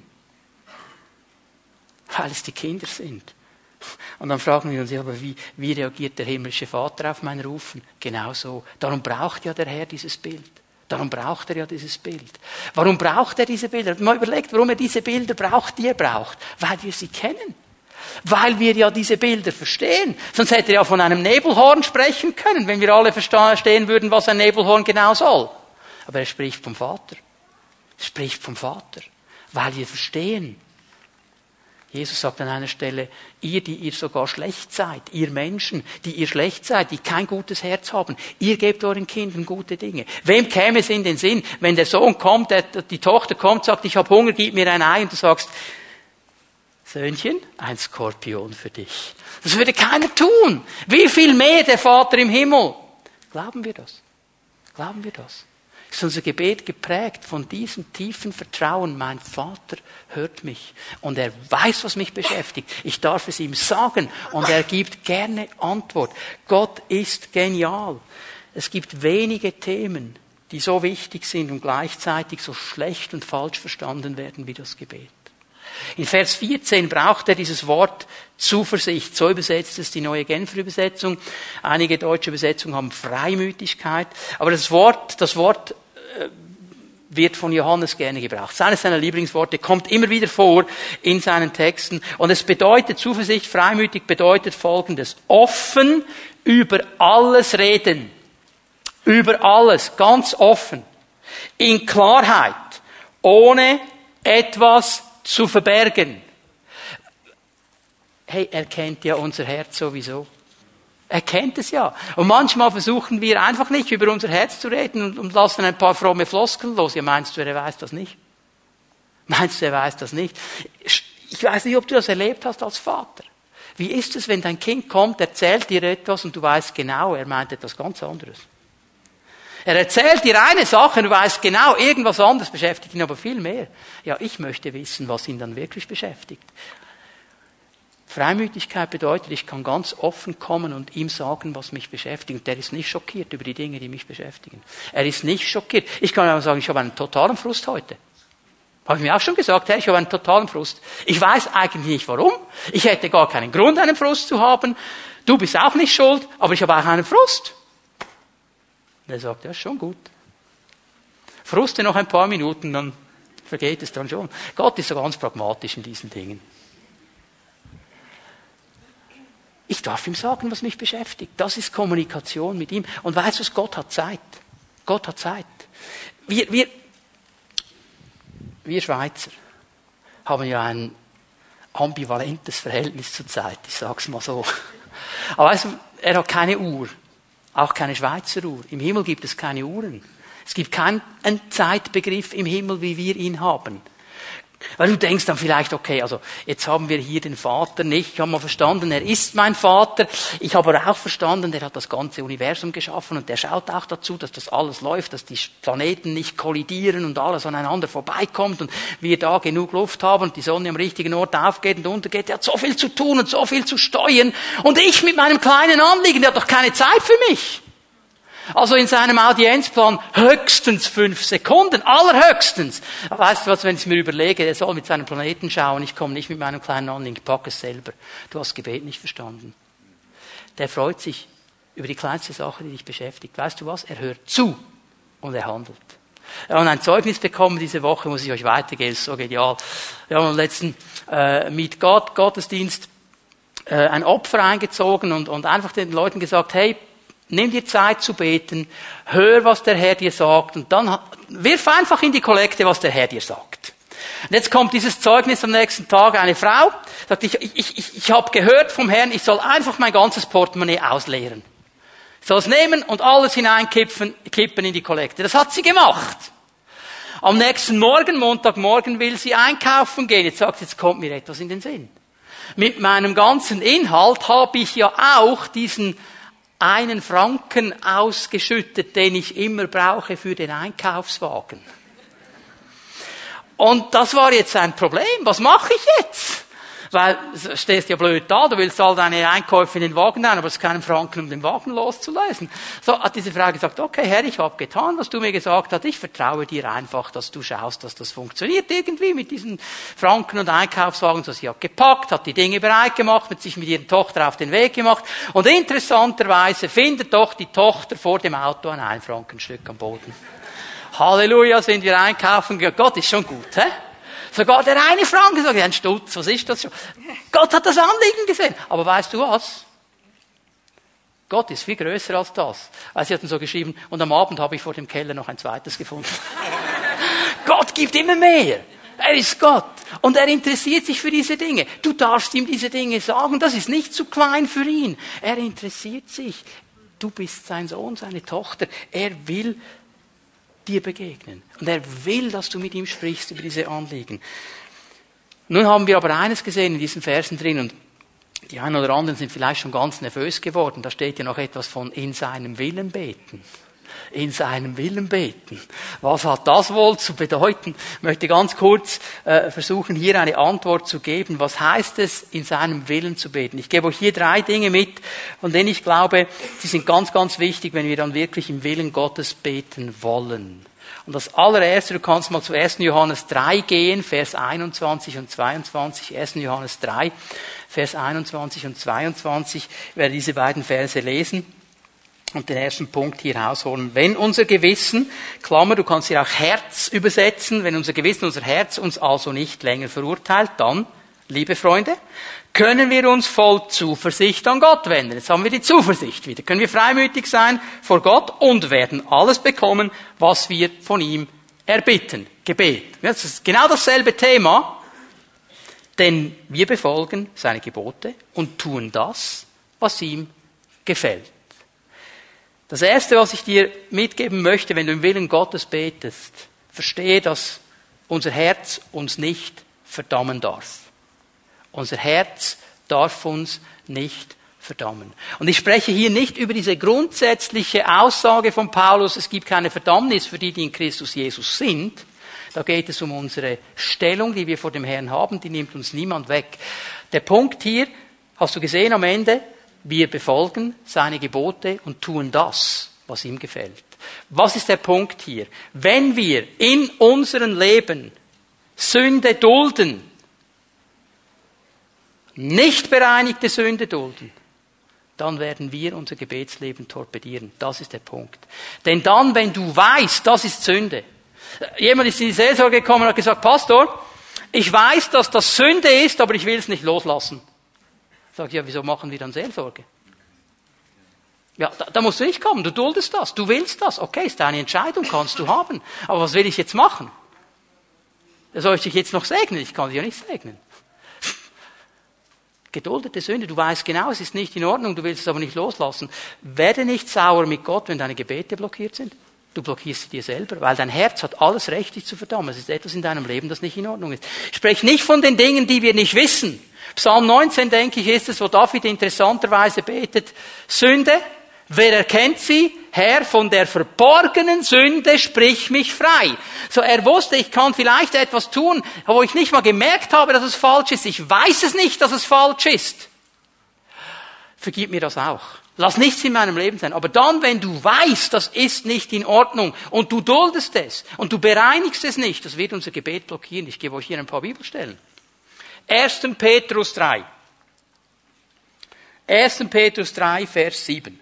A: weil es die Kinder sind. Und dann fragen wir uns, ja, aber wie, wie reagiert der himmlische Vater auf mein Rufen? Genau so. Darum braucht ja der Herr dieses Bild. Darum braucht er ja dieses Bild. Warum braucht er diese Bilder? Mal überlegt, warum er diese Bilder braucht, die er braucht. Weil wir sie kennen. Weil wir ja diese Bilder verstehen. Sonst hätte er ja von einem Nebelhorn sprechen können, wenn wir alle verstehen würden, was ein Nebelhorn genau soll. Aber er spricht vom Vater. Er spricht vom Vater. Weil wir verstehen. Jesus sagt an einer Stelle, ihr, die ihr sogar schlecht seid, ihr Menschen, die ihr schlecht seid, die kein gutes Herz haben, ihr gebt euren Kindern gute Dinge. Wem käme es in den Sinn, wenn der Sohn kommt, der, die Tochter kommt, sagt, ich habe Hunger, gib mir ein Ei, und du sagst, Söhnchen, ein Skorpion für dich. Das würde keiner tun. Wie viel mehr der Vater im Himmel? Glauben wir das? Glauben wir das? Ist unser Gebet geprägt von diesem tiefen Vertrauen, mein Vater hört mich und er weiß, was mich beschäftigt. Ich darf es ihm sagen und er gibt gerne Antwort. Gott ist genial. Es gibt wenige Themen, die so wichtig sind und gleichzeitig so schlecht und falsch verstanden werden wie das Gebet. In Vers vierzehn braucht er dieses Wort Zuversicht. So übersetzt es die Neue Genfer Übersetzung. Einige deutsche Übersetzungen haben Freimütigkeit. Aber das Wort, das Wort äh, wird von Johannes gerne gebraucht. Eines seiner Lieblingsworte, kommt immer wieder vor in seinen Texten. Und es bedeutet, Zuversicht, freimütig bedeutet Folgendes. Offen über alles reden. Über alles. Ganz offen. In Klarheit. Ohne etwas zu verbergen. Hey, er kennt ja unser Herz sowieso. Er kennt es ja. Und manchmal versuchen wir einfach nicht über unser Herz zu reden und, und lassen ein paar fromme Floskeln los. Ja, meinst du, er weiß das nicht? Meinst du, er weiß das nicht? Ich weiß nicht, ob du das erlebt hast als Vater. Wie ist es, wenn dein Kind kommt, erzählt dir etwas und du weißt genau, er meint etwas ganz anderes? Er erzählt dir eine Sache, du weißt genau, irgendwas anderes beschäftigt ihn aber viel mehr. Ja, ich möchte wissen, was ihn dann wirklich beschäftigt. Freimütigkeit bedeutet, ich kann ganz offen kommen und ihm sagen, was mich beschäftigt. Und der ist nicht schockiert über die Dinge, die mich beschäftigen. Er ist nicht schockiert. Ich kann aber sagen, ich habe einen totalen Frust heute. Habe ich mir auch schon gesagt, hey, ich habe einen totalen Frust. Ich weiß eigentlich nicht warum. Ich hätte gar keinen Grund, einen Frust zu haben. Du bist auch nicht schuld, aber ich habe auch einen Frust. Und er sagt, ja, ist schon gut. Fruste noch ein paar Minuten, dann vergeht es dann schon. Gott ist so ganz pragmatisch in diesen Dingen. Ich darf ihm sagen, was mich beschäftigt. Das ist Kommunikation mit ihm. Und weißt du, Gott hat Zeit. Gott hat Zeit. Wir, wir, wir Schweizer haben ja ein ambivalentes Verhältnis zur Zeit. Ich sag's mal so. Aber weißt du, er hat keine Uhr. Auch keine Schweizer Uhr. Im Himmel gibt es keine Uhren. Es gibt keinen Zeitbegriff im Himmel, wie wir ihn haben. Weil du denkst dann vielleicht, okay, also jetzt haben wir hier den Vater nicht. Ich habe mal verstanden, er ist mein Vater. Ich habe aber auch verstanden, der hat das ganze Universum geschaffen und der schaut auch dazu, dass das alles läuft, dass die Planeten nicht kollidieren und alles aneinander vorbeikommt und wir da genug Luft haben und die Sonne am richtigen Ort aufgeht und untergeht. Der hat so viel zu tun und so viel zu steuern. Und ich mit meinem kleinen Anliegen, der hat doch keine Zeit für mich. Also in seinem Audienzplan höchstens fünf Sekunden, allerhöchstens. Weißt du was, wenn ich mir überlege, er soll mit seinem Planeten schauen, ich komme nicht mit meinem kleinen Anliegen, ich packe es selber. Du hast Gebet nicht verstanden. Der freut sich über die kleinste Sache, die dich beschäftigt. Weißt du was? Er hört zu und er handelt. Wir haben ein Zeugnis bekommen diese Woche, muss ich euch weitergeben, ist so genial. Wir haben am letzten äh, mit Gott, Gottesdienst äh, ein Opfer eingezogen und, und einfach den Leuten gesagt, hey, nimm dir Zeit zu beten, hör, was der Herr dir sagt und dann wirf einfach in die Kollekte, was der Herr dir sagt. Und jetzt kommt dieses Zeugnis am nächsten Tag, eine Frau, sagt, ich, ich, ich, ich habe gehört vom Herrn, ich soll einfach mein ganzes Portemonnaie ausleeren. Ich soll es nehmen und alles hineinkippen kippen in die Kollekte. Das hat sie gemacht. Am nächsten Morgen, Montagmorgen, will sie einkaufen gehen. Jetzt sagt sie, jetzt kommt mir etwas in den Sinn. Mit meinem ganzen Inhalt habe ich ja auch diesen einen Franken ausgeschüttet, den ich immer brauche für den Einkaufswagen. Und das war jetzt ein Problem. Was mache ich jetzt? Weil, du stehst ja blöd da, du willst all deine Einkäufe in den Wagen nehmen, aber es ist keinen Franken, um den Wagen loszulösen. So hat diese Frau gesagt, okay Herr, ich habe getan, was du mir gesagt hast, ich vertraue dir einfach, dass du schaust, dass das funktioniert irgendwie mit diesen Franken und Einkaufswagen. So, sie hat gepackt, hat die Dinge bereit gemacht, hat sich mit ihrer Tochter auf den Weg gemacht und interessanterweise findet doch die Tochter vor dem Auto ein Ein-Frankenstück am Boden. Halleluja, sind wir einkaufen. Gott ist schon gut, hä? Sogar der eine Franke sagt, ein Stutz, was ist das schon? Gott hat das Anliegen gesehen. Aber weißt du was? Gott ist viel größer als das. Also sie hatten so geschrieben, und am Abend habe ich vor dem Keller noch ein zweites gefunden. Gott gibt immer mehr. Er ist Gott. Und er interessiert sich für diese Dinge. Du darfst ihm diese Dinge sagen. Das ist nicht zu klein für ihn. Er interessiert sich. Du bist sein Sohn, seine Tochter. Er will dir begegnen. Und er will, dass du mit ihm sprichst über diese Anliegen. Nun haben wir aber eines gesehen in diesen Versen drin, und die einen oder anderen sind vielleicht schon ganz nervös geworden. Da steht ja noch etwas von in seinem Willen beten. In seinem Willen beten. Was hat das wohl zu bedeuten? Ich möchte ganz kurz äh, versuchen, hier eine Antwort zu geben. Was heißt es, in seinem Willen zu beten? Ich gebe euch hier drei Dinge mit, von denen ich glaube, sie sind ganz, ganz wichtig, wenn wir dann wirklich im Willen Gottes beten wollen. Und das allererste, du kannst mal zu ersten Johannes drei gehen, Vers einundzwanzig und zweiundzwanzig. ersten Johannes drei, Vers einundzwanzig und zweiundzwanzig. Ich werde diese beiden Verse lesen und den ersten Punkt hier rausholen. Wenn unser Gewissen, Klammer, du kannst hier auch Herz übersetzen, wenn unser Gewissen, unser Herz uns also nicht länger verurteilt, dann, liebe Freunde, können wir uns voll Zuversicht an Gott wenden. Jetzt haben wir die Zuversicht wieder. Können wir freimütig sein vor Gott und werden alles bekommen, was wir von ihm erbitten. Gebet. Das ist genau dasselbe Thema, denn wir befolgen seine Gebote und tun das, was ihm gefällt. Das Erste, was ich dir mitgeben möchte, wenn du im Willen Gottes betest, verstehe, dass unser Herz uns nicht verdammen darf. Unser Herz darf uns nicht verdammen. Und ich spreche hier nicht über diese grundsätzliche Aussage von Paulus, es gibt keine Verdammnis für die, die in Christus Jesus sind. Da geht es um unsere Stellung, die wir vor dem Herrn haben, die nimmt uns niemand weg. Der Punkt hier, hast du gesehen am Ende, wir befolgen seine Gebote und tun das, was ihm gefällt. Was ist der Punkt hier? Wenn wir in unserem Leben Sünde dulden, nicht bereinigte Sünde dulden, dann werden wir unser Gebetsleben torpedieren. Das ist der Punkt. Denn dann, wenn du weißt, das ist Sünde. Jemand ist in die Seelsorge gekommen und hat gesagt, Pastor, ich weiß, dass das Sünde ist, aber ich will es nicht loslassen. Sag ich, ja, wieso machen wir dann Seelsorge? Ja, da, da musst du nicht kommen, du duldest das, du willst das. Okay, ist deine Entscheidung, kannst du haben. Aber was will ich jetzt machen? Soll ich dich jetzt noch segnen? Ich kann dich ja nicht segnen. Geduldete Sünde, du weißt genau, es ist nicht in Ordnung, du willst es aber nicht loslassen. Werde nicht sauer mit Gott, wenn deine Gebete blockiert sind. Du blockierst sie dir selber, weil dein Herz hat alles Recht, dich zu verdammen. Es ist etwas in deinem Leben, das nicht in Ordnung ist. Ich spreche nicht von den Dingen, die wir nicht wissen. Psalm neunzehn, denke ich, ist es, wo David interessanterweise betet, Sünde, wer erkennt sie? Herr, von der verborgenen Sünde sprich mich frei. So, er wusste, ich kann vielleicht etwas tun, wo ich nicht mal gemerkt habe, dass es falsch ist. Ich weiß es nicht, dass es falsch ist. Vergib mir das auch. Lass nichts in meinem Leben sein. Aber dann, wenn du weißt, das ist nicht in Ordnung und du duldest es und du bereinigst es nicht, das wird unser Gebet blockieren. Ich gebe euch hier ein paar Bibelstellen. erster Petrus drei. erster Petrus drei, Vers sieben.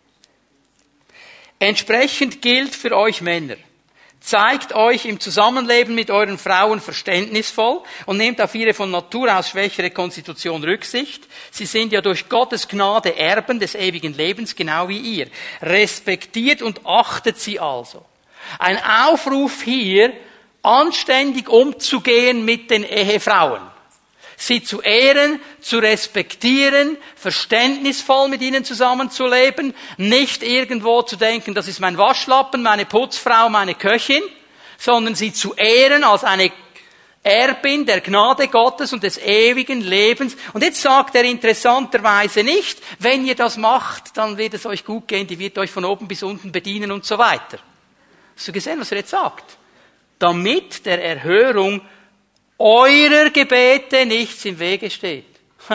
A: Entsprechend gilt für euch Männer. Zeigt euch im Zusammenleben mit euren Frauen verständnisvoll und nehmt auf ihre von Natur aus schwächere Konstitution Rücksicht. Sie sind ja durch Gottes Gnade Erben des ewigen Lebens, genau wie ihr. Respektiert und achtet sie also. Ein Aufruf hier, anständig umzugehen mit den Ehefrauen. Sie zu ehren, zu respektieren, verständnisvoll mit ihnen zusammenzuleben, nicht irgendwo zu denken, das ist mein Waschlappen, meine Putzfrau, meine Köchin, sondern sie zu ehren als eine Erbin der Gnade Gottes und des ewigen Lebens. Und jetzt sagt er interessanterweise nicht, wenn ihr das macht, dann wird es euch gut gehen, die wird euch von oben bis unten bedienen und so weiter. Hast du gesehen, was er jetzt sagt? Damit der Erhörung eurer Gebete nichts im Wege steht.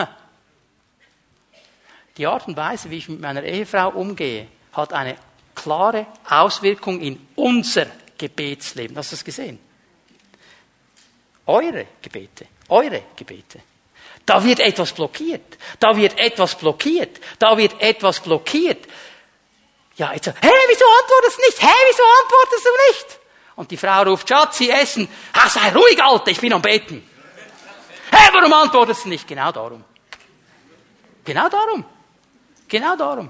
A: Die Art und Weise, wie ich mit meiner Ehefrau umgehe, hat eine klare Auswirkung in unser Gebetsleben. Hast du das gesehen? Eure Gebete, eure Gebete. Da wird etwas blockiert. Da wird etwas blockiert. Da wird etwas blockiert. Ja, jetzt so, hey, wieso antwortest du nicht? Hey, wieso antwortest du nicht? Und die Frau ruft, Schatzi, essen. Ha, sei ruhig, Alte, ich bin am Beten. Hä, warum antwortest du nicht? Genau darum. Genau darum. Genau darum.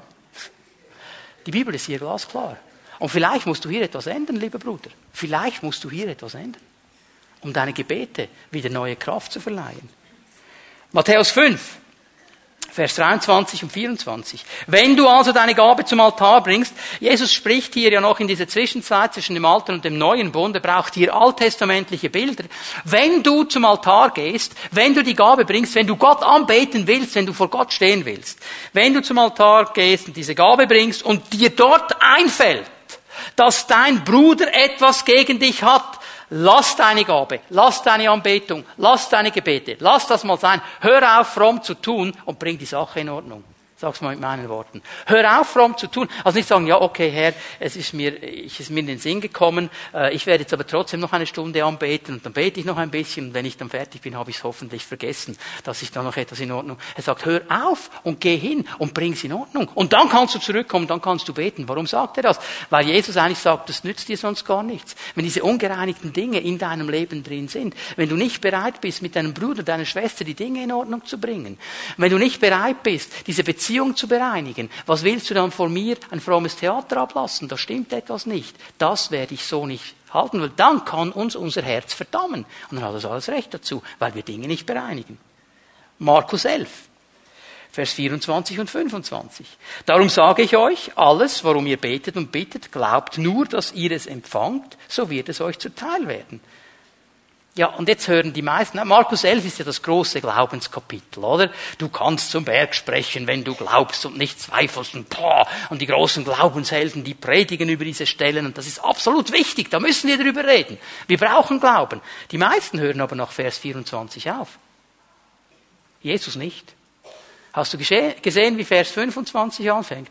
A: Die Bibel ist hier glasklar. Und vielleicht musst du hier etwas ändern, lieber Bruder. Vielleicht musst du hier etwas ändern, um deine Gebete wieder neue Kraft zu verleihen. Matthäus fünf, Vers dreiundzwanzig und vierundzwanzig. Wenn du also deine Gabe zum Altar bringst, Jesus spricht hier ja noch in dieser Zwischenzeit zwischen dem Alten und dem Neuen Bund, er braucht hier alttestamentliche Bilder. Wenn du zum Altar gehst, wenn du die Gabe bringst, wenn du Gott anbeten willst, wenn du vor Gott stehen willst, wenn du zum Altar gehst und diese Gabe bringst und dir dort einfällt, dass dein Bruder etwas gegen dich hat, lass deine Gabe, lass deine Anbetung, lass deine Gebete, lass das mal sein. Hör auf, fromm zu tun und bring die Sache in Ordnung. Sag's mal mit meinen Worten. Hör auf, fromm zu tun. Also nicht sagen, ja, okay, Herr, es ist mir, ich ist mir in den Sinn gekommen, äh, ich werde jetzt aber trotzdem noch eine Stunde anbeten und dann bete ich noch ein bisschen und wenn ich dann fertig bin, habe ich es hoffentlich vergessen, dass ich da noch etwas in Ordnung. Er sagt, hör auf und geh hin und bring es in Ordnung. Und dann kannst du zurückkommen, dann kannst du beten. Warum sagt er das? Weil Jesus eigentlich sagt, das nützt dir sonst gar nichts. Wenn diese ungereinigten Dinge in deinem Leben drin sind, wenn du nicht bereit bist, mit deinem Bruder, deiner Schwester die Dinge in Ordnung zu bringen, wenn du nicht bereit bist, diese Beziehung zu bereinigen. Was willst du dann von mir ein frommes Theater ablassen? Da stimmt etwas nicht. Das werde ich so nicht halten, weil dann kann uns unser Herz verdammen. Und dann hat es alles Recht dazu, weil wir Dinge nicht bereinigen. Markus elf, Vers vierundzwanzig und fünfundzwanzig. Darum sage ich euch, alles, worum ihr betet und bittet, glaubt nur, dass ihr es empfangt, so wird es euch zuteil werden. Ja, und jetzt hören die meisten, Markus elf ist ja das große Glaubenskapitel, oder? Du kannst zum Berg sprechen, wenn du glaubst und nicht zweifelst und boah, und die großen Glaubenshelden, die predigen über diese Stellen und das ist absolut wichtig, da müssen wir drüber reden. Wir brauchen Glauben. Die meisten hören aber nach Vers vierundzwanzig auf. Jesus nicht. Hast du gesehen, wie Vers fünfundzwanzig anfängt?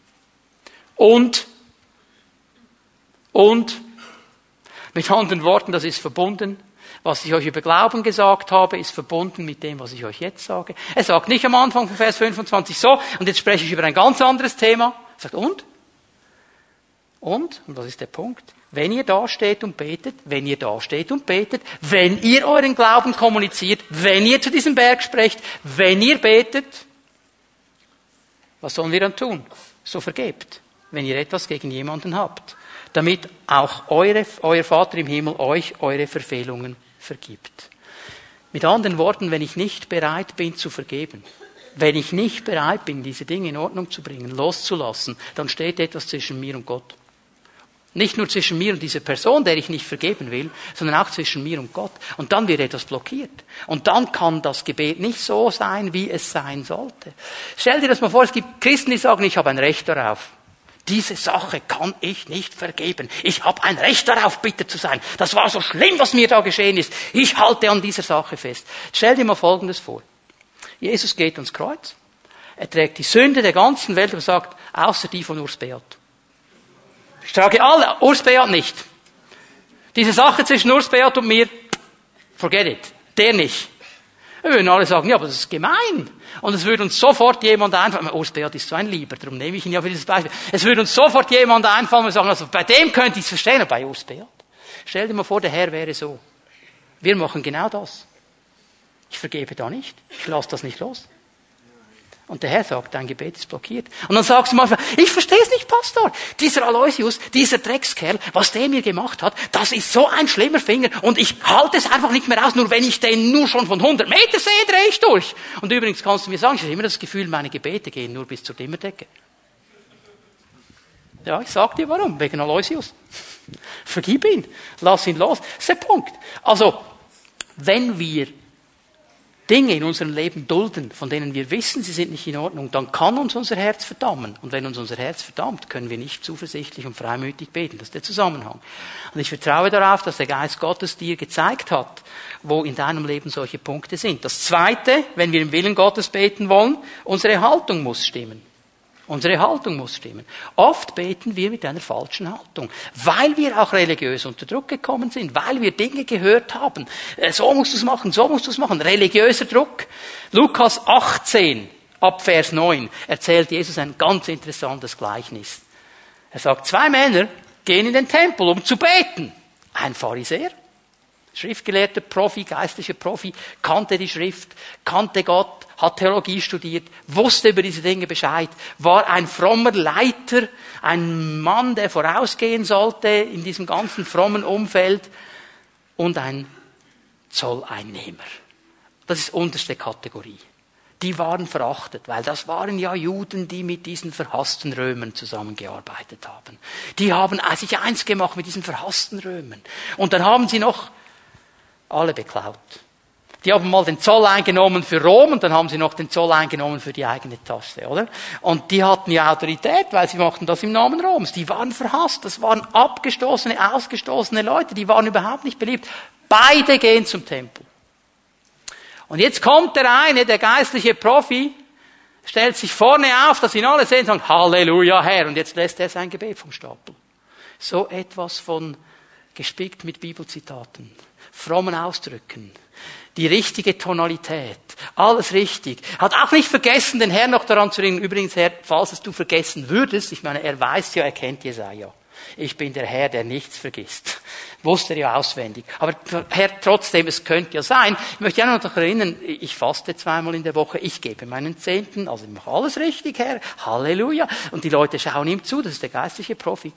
A: Und, und, mit anderen Worten, das ist verbunden. Was ich euch über Glauben gesagt habe, ist verbunden mit dem, was ich euch jetzt sage. Er sagt nicht am Anfang von Vers fünfundzwanzig so, und jetzt spreche ich über ein ganz anderes Thema. Er sagt, und? Und? Und was ist der Punkt? Wenn ihr da steht und betet, wenn ihr da steht und betet, wenn ihr euren Glauben kommuniziert, wenn ihr zu diesem Berg sprecht, wenn ihr betet, was sollen wir dann tun? So vergebt, wenn ihr etwas gegen jemanden habt, damit auch eure, euer Vater im Himmel euch eure Verfehlungen vergibt. Mit anderen Worten, wenn ich nicht bereit bin zu vergeben, wenn ich nicht bereit bin, diese Dinge in Ordnung zu bringen, loszulassen, dann steht etwas zwischen mir und Gott. Nicht nur zwischen mir und dieser Person, der ich nicht vergeben will, sondern auch zwischen mir und Gott. Und dann wird etwas blockiert. Und dann kann das Gebet nicht so sein, wie es sein sollte. Stell dir das mal vor, es gibt Christen, die sagen, ich habe ein Recht darauf. Diese Sache kann ich nicht vergeben. Ich habe ein Recht darauf, bitter zu sein. Das war so schlimm, was mir da geschehen ist. Ich halte an dieser Sache fest. Stell dir mal Folgendes vor. Jesus geht ans Kreuz. Er trägt die Sünde der ganzen Welt und sagt, außer die von Urs Beat. Ich trage alle, Urs Beat nicht. Diese Sache zwischen Urs Beat und mir, forget it. Der nicht. Wir würden alle sagen, ja, aber das ist gemein. Und es würde uns sofort jemand einfallen, Urs Beat ist so ein Lieber, darum nehme ich ihn ja für dieses Beispiel. Es würde uns sofort jemand einfallen und sagen, also bei dem könnte ich es verstehen, aber bei Urs Beat. Stell dir mal vor, der Herr wäre so. Wir machen genau das. Ich vergebe da nicht. Ich lasse das nicht los. Und der Herr sagt, dein Gebet ist blockiert. Und dann sagst du manchmal, ich verstehe es nicht, Pastor. Dieser Aloysius, dieser Dreckskerl, was der mir gemacht hat, das ist so ein schlimmer Finger und ich halte es einfach nicht mehr aus. Nur wenn ich den nur schon von hundert Meter sehe, drehe ich durch. Und übrigens kannst du mir sagen, ich habe immer das Gefühl, meine Gebete gehen nur bis zur Dimmerdecke. Ja, ich sag dir warum. Wegen Aloysius. Vergib ihn. Lass ihn los. Das ist der Punkt. Also, wenn wir Dinge in unserem Leben dulden, von denen wir wissen, sie sind nicht in Ordnung, dann kann uns unser Herz verdammen. Und wenn uns unser Herz verdammt, können wir nicht zuversichtlich und freimütig beten. Das ist der Zusammenhang. Und ich vertraue darauf, dass der Geist Gottes dir gezeigt hat, wo in deinem Leben solche Punkte sind. Das Zweite, wenn wir im Willen Gottes beten wollen, unsere Haltung muss stimmen. Unsere Haltung muss stimmen. Oft beten wir mit einer falschen Haltung, weil wir auch religiös unter Druck gekommen sind, weil wir Dinge gehört haben. So musst du es machen, so musst du es machen. Religiöser Druck. Lukas achtzehn, ab Vers neun, erzählt Jesus ein ganz interessantes Gleichnis. Er sagt, zwei Männer gehen in den Tempel, um zu beten. Ein Pharisäer, schriftgelehrter Profi, geistlicher Profi, kannte die Schrift, kannte Gott, hat Theologie studiert, wusste über diese Dinge Bescheid, war ein frommer Leiter, ein Mann, der vorausgehen sollte in diesem ganzen frommen Umfeld und ein Zolleinnehmer. Das ist unterste Kategorie. Die waren verachtet, weil das waren ja Juden, die mit diesen verhassten Römern zusammengearbeitet haben. Die haben sich eins gemacht mit diesen verhassten Römern. Und dann haben sie noch alle beklaut. Die haben mal den Zoll eingenommen für Rom und dann haben sie noch den Zoll eingenommen für die eigene Tasche, oder? Und die hatten ja Autorität, weil sie machten das im Namen Roms. Die waren verhasst, das waren abgestoßene, ausgestoßene Leute, die waren überhaupt nicht beliebt. Beide gehen zum Tempel. Und jetzt kommt der eine, der geistliche Profi, stellt sich vorne auf, dass ihn alle sehen und sagen, Halleluja, Herr. Und jetzt lässt er sein Gebet vom Stapel. So etwas von gespickt mit Bibelzitaten, frommen Ausdrücken, die richtige Tonalität, alles richtig. Hat auch nicht vergessen, den Herrn noch daran zu erinnern. Übrigens, Herr, falls es du vergessen würdest, ich meine, er weiß ja, er kennt Jesaja. Ich bin der Herr, der nichts vergisst. Wusste er ja auswendig. Aber Herr, trotzdem, es könnte ja sein. Ich möchte ja noch erinnern, ich faste zweimal in der Woche, ich gebe meinen Zehnten, also ich mache alles richtig, Herr. Halleluja. Und die Leute schauen ihm zu, das ist der geistliche Profi.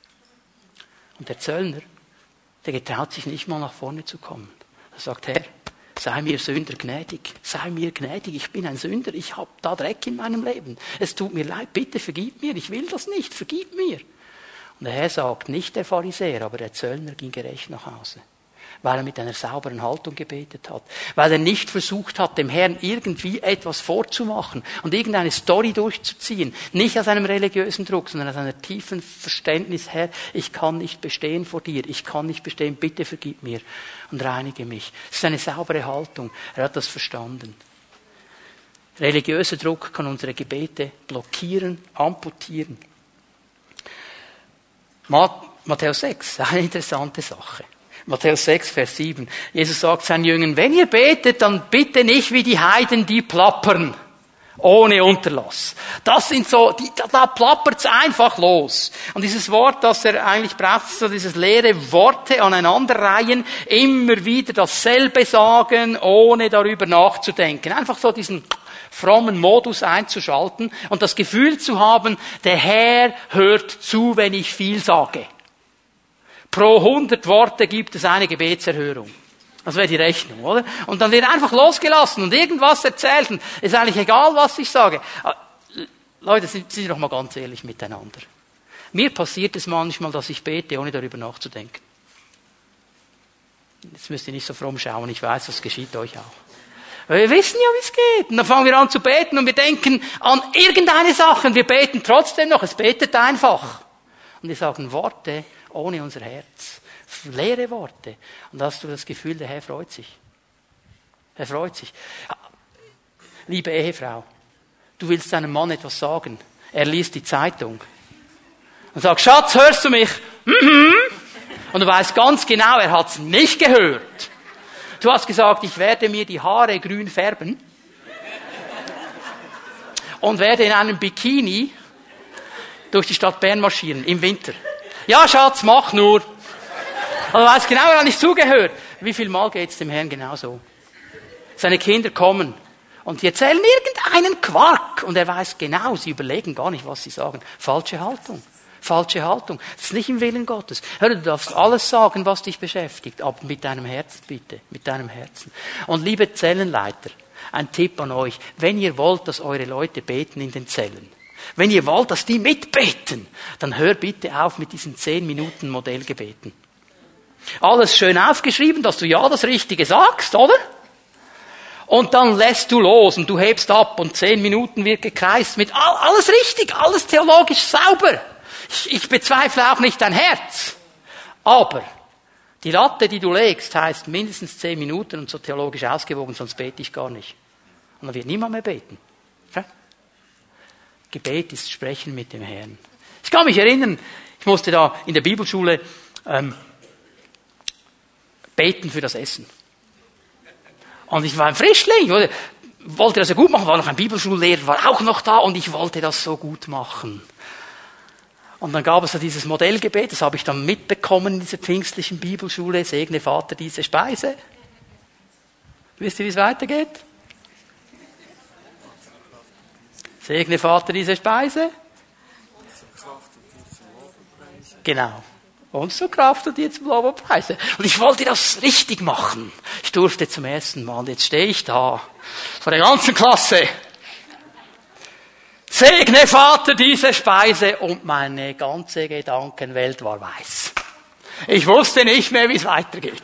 A: Und der Zöllner, der getraut sich nicht mal nach vorne zu kommen. Er sagt, Herr, sei mir Sünder gnädig, sei mir gnädig, ich bin ein Sünder, ich habe da Dreck in meinem Leben. Es tut mir leid, bitte vergib mir, ich will das nicht, vergib mir. Und der Herr sagt, nicht der Pharisäer, aber der Zöllner ging gerecht nach Hause, weil er mit einer sauberen Haltung gebetet hat, weil er nicht versucht hat, dem Herrn irgendwie etwas vorzumachen und irgendeine Story durchzuziehen, nicht aus einem religiösen Druck, sondern aus einem tiefen Verständnis, Herr, ich kann nicht bestehen vor dir, ich kann nicht bestehen, bitte vergib mir und reinige mich. Es ist eine saubere Haltung, er hat das verstanden. Religiöser Druck kann unsere Gebete blockieren, amputieren. Matthäus sechs, eine interessante Sache. Matthäus sechs, Vers sieben. Jesus sagt seinen Jüngern, wenn ihr betet, dann bitte nicht wie die Heiden, die plappern. Ohne Unterlass. Das sind so, die, da, da plappert's einfach los. Und dieses Wort, das er eigentlich braucht, ist so dieses leere Worte aneinanderreihen, immer wieder dasselbe sagen, ohne darüber nachzudenken. Einfach so diesen frommen Modus einzuschalten und das Gefühl zu haben, der Herr hört zu, wenn ich viel sage. Pro hundert Worte gibt es eine Gebetserhörung. Das wäre die Rechnung, oder? Und dann wird einfach losgelassen und irgendwas erzählt und ist eigentlich egal, was ich sage. Leute, sind Sie doch mal ganz ehrlich miteinander. Mir passiert es manchmal, dass ich bete, ohne darüber nachzudenken. Jetzt müsst ihr nicht so fromm schauen, ich weiß, das geschieht euch auch. Wir wissen ja, wie es geht. Und dann fangen wir an zu beten und wir denken an irgendeine Sache und wir beten trotzdem noch. Es betet einfach. Und wir sagen Worte ohne unser Herz. Leere Worte. Und da hast du das Gefühl, der Herr freut sich. Er freut sich. Liebe Ehefrau, du willst deinem Mann etwas sagen. Er liest die Zeitung. Und sagt, Schatz, hörst du mich? Mhm. Und du weißt ganz genau, er hat es nicht gehört. Du hast gesagt, ich werde mir die Haare grün färben und werde in einem Bikini durch die Stadt Bern marschieren, im Winter. Ja, Schatz, mach nur. Und du weißt genau, er hat nicht zugehört. Wie viel Mal geht es dem Herrn genauso? Seine Kinder kommen und die erzählen irgendeinen Quark und er weiß genau, sie überlegen gar nicht, was sie sagen. Falsche Haltung. Falsche Haltung. Das ist nicht im Willen Gottes. Hör, du darfst alles sagen, was dich beschäftigt, aber mit deinem Herzen bitte, mit deinem Herzen. Und liebe Zellenleiter, ein Tipp an euch, wenn ihr wollt, dass eure Leute beten in den Zellen, wenn ihr wollt, dass die mitbeten, dann hör bitte auf mit diesen zehn Minuten Modellgebeten. Alles schön aufgeschrieben, dass du ja das Richtige sagst, oder? Und dann lässt du los und du hebst ab und zehn Minuten wird gekreist mit alles richtig, alles theologisch sauber. Ich, ich bezweifle auch nicht dein Herz. Aber die Latte, die du legst, heißt mindestens zehn Minuten und so theologisch ausgewogen, sonst bete ich gar nicht. Und dann wird niemand mehr beten. Okay? Gebet ist Sprechen mit dem Herrn. Ich kann mich erinnern, ich musste da in der Bibelschule ähm, beten für das Essen. Und ich war ein Frischling, oder? Wollte das ja gut machen, war noch ein Bibelschullehrer, war auch noch da und ich wollte das so gut machen. Und dann gab es ja dieses Modellgebet, das habe ich dann mitbekommen in dieser pfingstlichen Bibelschule, segne Vater diese Speise. Wisst ihr, wie es weitergeht? Segne Vater diese Speise. Genau. Und so Kraft und jetzt Lobpreise. Und ich wollte das richtig machen. Ich durfte zum ersten Mal. Und jetzt stehe ich da vor der ganzen Klasse. Segne Vater diese Speise. Und meine ganze Gedankenwelt war weiß. Ich wusste nicht mehr, wie es weitergeht.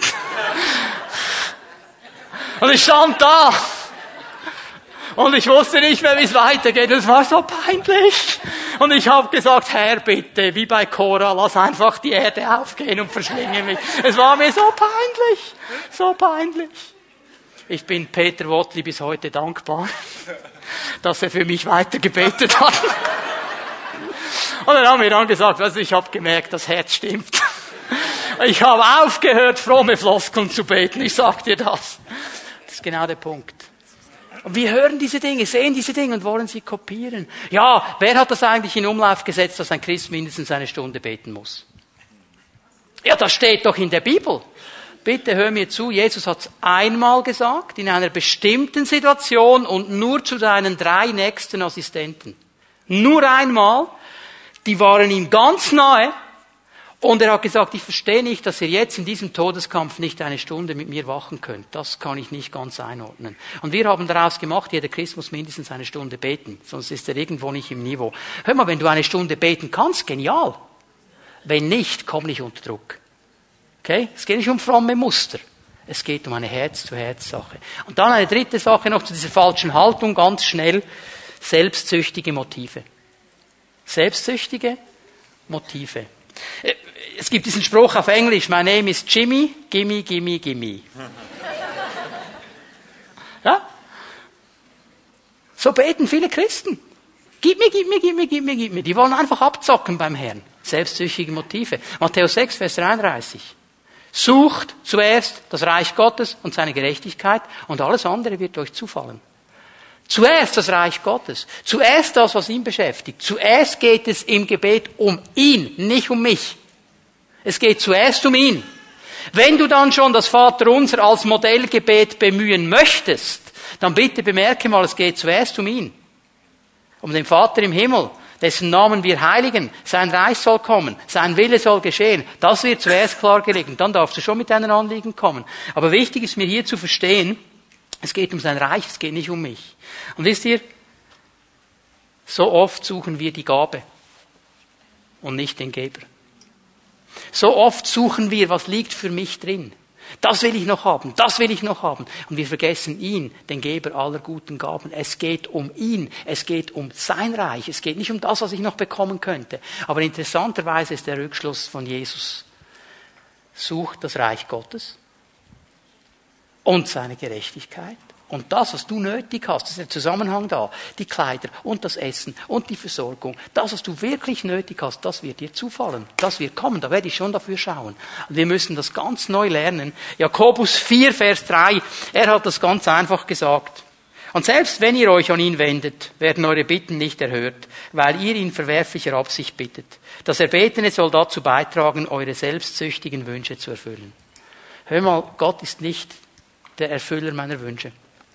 A: Und ich stand da. Und ich wusste nicht mehr, wie es weitergeht. Es war so peinlich. Und ich habe gesagt, Herr, bitte, wie bei Korah, lass einfach die Erde aufgehen und verschlinge mich. Es war mir so peinlich. So peinlich. Ich bin Peter Wottli bis heute dankbar, dass er für mich weitergebetet hat. Und dann haben wir dann gesagt, also ich habe gemerkt, das Herz stimmt. Ich habe aufgehört, fromme Floskeln zu beten. Ich sag dir das. Das ist genau der Punkt. Und wir hören diese Dinge, sehen diese Dinge und wollen sie kopieren. Ja, wer hat das eigentlich in Umlauf gesetzt, dass ein Christ mindestens eine Stunde beten muss? Ja, das steht doch in der Bibel. Bitte hör mir zu, Jesus hat es einmal gesagt, in einer bestimmten Situation und nur zu seinen drei nächsten Assistenten. Nur einmal. Die waren ihm ganz nahe. Und er hat gesagt, ich verstehe nicht, dass ihr jetzt in diesem Todeskampf nicht eine Stunde mit mir wachen könnt. Das kann ich nicht ganz einordnen. Und wir haben daraus gemacht, jeder Christ muss mindestens eine Stunde beten. Sonst ist er irgendwo nicht im Niveau. Hör mal, wenn du eine Stunde beten kannst, genial. Wenn nicht, komm nicht unter Druck. Okay? Es geht nicht um fromme Muster. Es geht um eine Herz-zu-Herz-Sache. Und dann eine dritte Sache noch zu dieser falschen Haltung, ganz schnell. Selbstsüchtige Motive. Selbstsüchtige Motive. Es gibt diesen Spruch auf Englisch, my name is Jimmy, gimme, gimme, gimme. Ja? So beten viele Christen. Gib mir, gib mir, gib mir, gib mir, gib mir. Die wollen einfach abzocken beim Herrn. Selbstsüchtige Motive. Matthäus sechs, Vers dreiunddreißig. Sucht zuerst das Reich Gottes und seine Gerechtigkeit und alles andere wird euch zufallen. Zuerst das Reich Gottes. Zuerst das, was ihn beschäftigt. Zuerst geht es im Gebet um ihn, nicht um mich. Es geht zuerst um ihn. Wenn du dann schon das Vaterunser als Modellgebet bemühen möchtest, dann bitte bemerke mal, es geht zuerst um ihn. Um den Vater im Himmel, dessen Namen wir heiligen. Sein Reich soll kommen, sein Wille soll geschehen. Das wird zuerst klargelegt. Und dann darfst du schon mit deinen Anliegen kommen. Aber wichtig ist mir hier zu verstehen, es geht um sein Reich, es geht nicht um mich. Und wisst ihr, so oft suchen wir die Gabe und nicht den Geber. So oft suchen wir, was liegt für mich drin. Das will ich noch haben, das will ich noch haben. Und wir vergessen ihn, den Geber aller guten Gaben. Es geht um ihn, es geht um sein Reich. Es geht nicht um das, was ich noch bekommen könnte. Aber interessanterweise ist der Rückschluss von Jesus. Sucht das Reich Gottes und seine Gerechtigkeit. Und das, was du nötig hast, das ist der Zusammenhang da, die Kleider und das Essen und die Versorgung, das, was du wirklich nötig hast, das wird dir zufallen. Das wird kommen, da werde ich schon dafür schauen. Und wir müssen das ganz neu lernen. Jakobus vier, Vers drei, er hat das ganz einfach gesagt. Und selbst wenn ihr euch an ihn wendet, werden eure Bitten nicht erhört, weil ihr ihn verwerflicher Absicht bittet. Das Erbetene soll dazu beitragen, eure selbstsüchtigen Wünsche zu erfüllen. Hör mal, Gott ist nicht der Erfüller meiner Wünsche.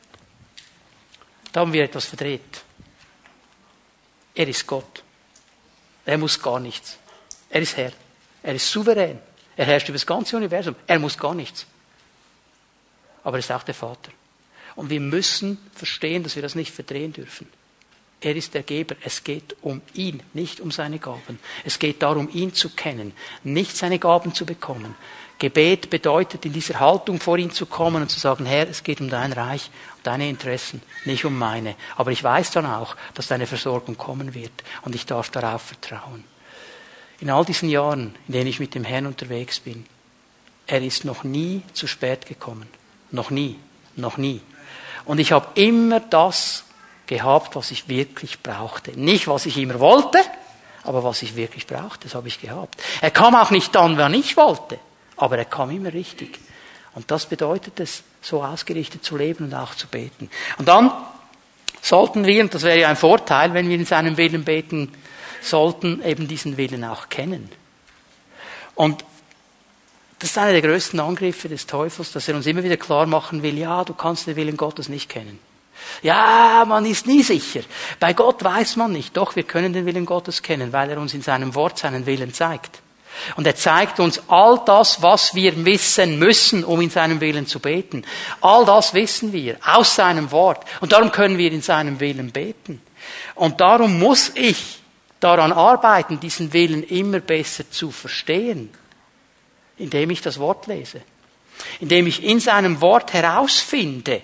A: Da haben wir etwas verdreht. Er ist Gott. Er muss gar nichts. Er ist Herr. Er ist souverän. Er herrscht über das ganze Universum. Er muss gar nichts. Aber er ist auch der Vater. Und wir müssen verstehen, dass wir das nicht verdrehen dürfen. Er ist der Geber. Es geht um ihn, nicht um seine Gaben. Es geht darum, ihn zu kennen, nicht seine Gaben zu bekommen. Gebet bedeutet, in dieser Haltung vor ihn zu kommen und zu sagen, Herr, es geht um dein Reich, um deine Interessen, nicht um meine. Aber ich weiß dann auch, dass deine Versorgung kommen wird und ich darf darauf vertrauen. In all diesen Jahren, in denen ich mit dem Herrn unterwegs bin, er ist noch nie zu spät gekommen. Noch nie, noch nie. Und ich habe immer das gehabt, was ich wirklich brauchte. Nicht, was ich immer wollte, aber was ich wirklich brauchte, das habe ich gehabt. Er kam auch nicht dann, wann ich wollte. Aber er kam immer richtig. Und das bedeutet es, so ausgerichtet zu leben und auch zu beten. Und dann sollten wir, und das wäre ja ein Vorteil, wenn wir in seinem Willen beten sollten eben diesen Willen auch kennen. Und das ist einer der größten Angriffe des Teufels, dass er uns immer wieder klar machen will, ja, du kannst den Willen Gottes nicht kennen. Ja, man ist nie sicher. Bei Gott weiß man nicht. Doch, wir können den Willen Gottes kennen, weil er uns in seinem Wort seinen Willen zeigt. Und er zeigt uns all das, was wir wissen müssen, um in seinem Willen zu beten. All das wissen wir aus seinem Wort. Und darum können wir in seinem Willen beten. Und darum muss ich daran arbeiten, diesen Willen immer besser zu verstehen, indem ich das Wort lese. Indem ich in seinem Wort herausfinde,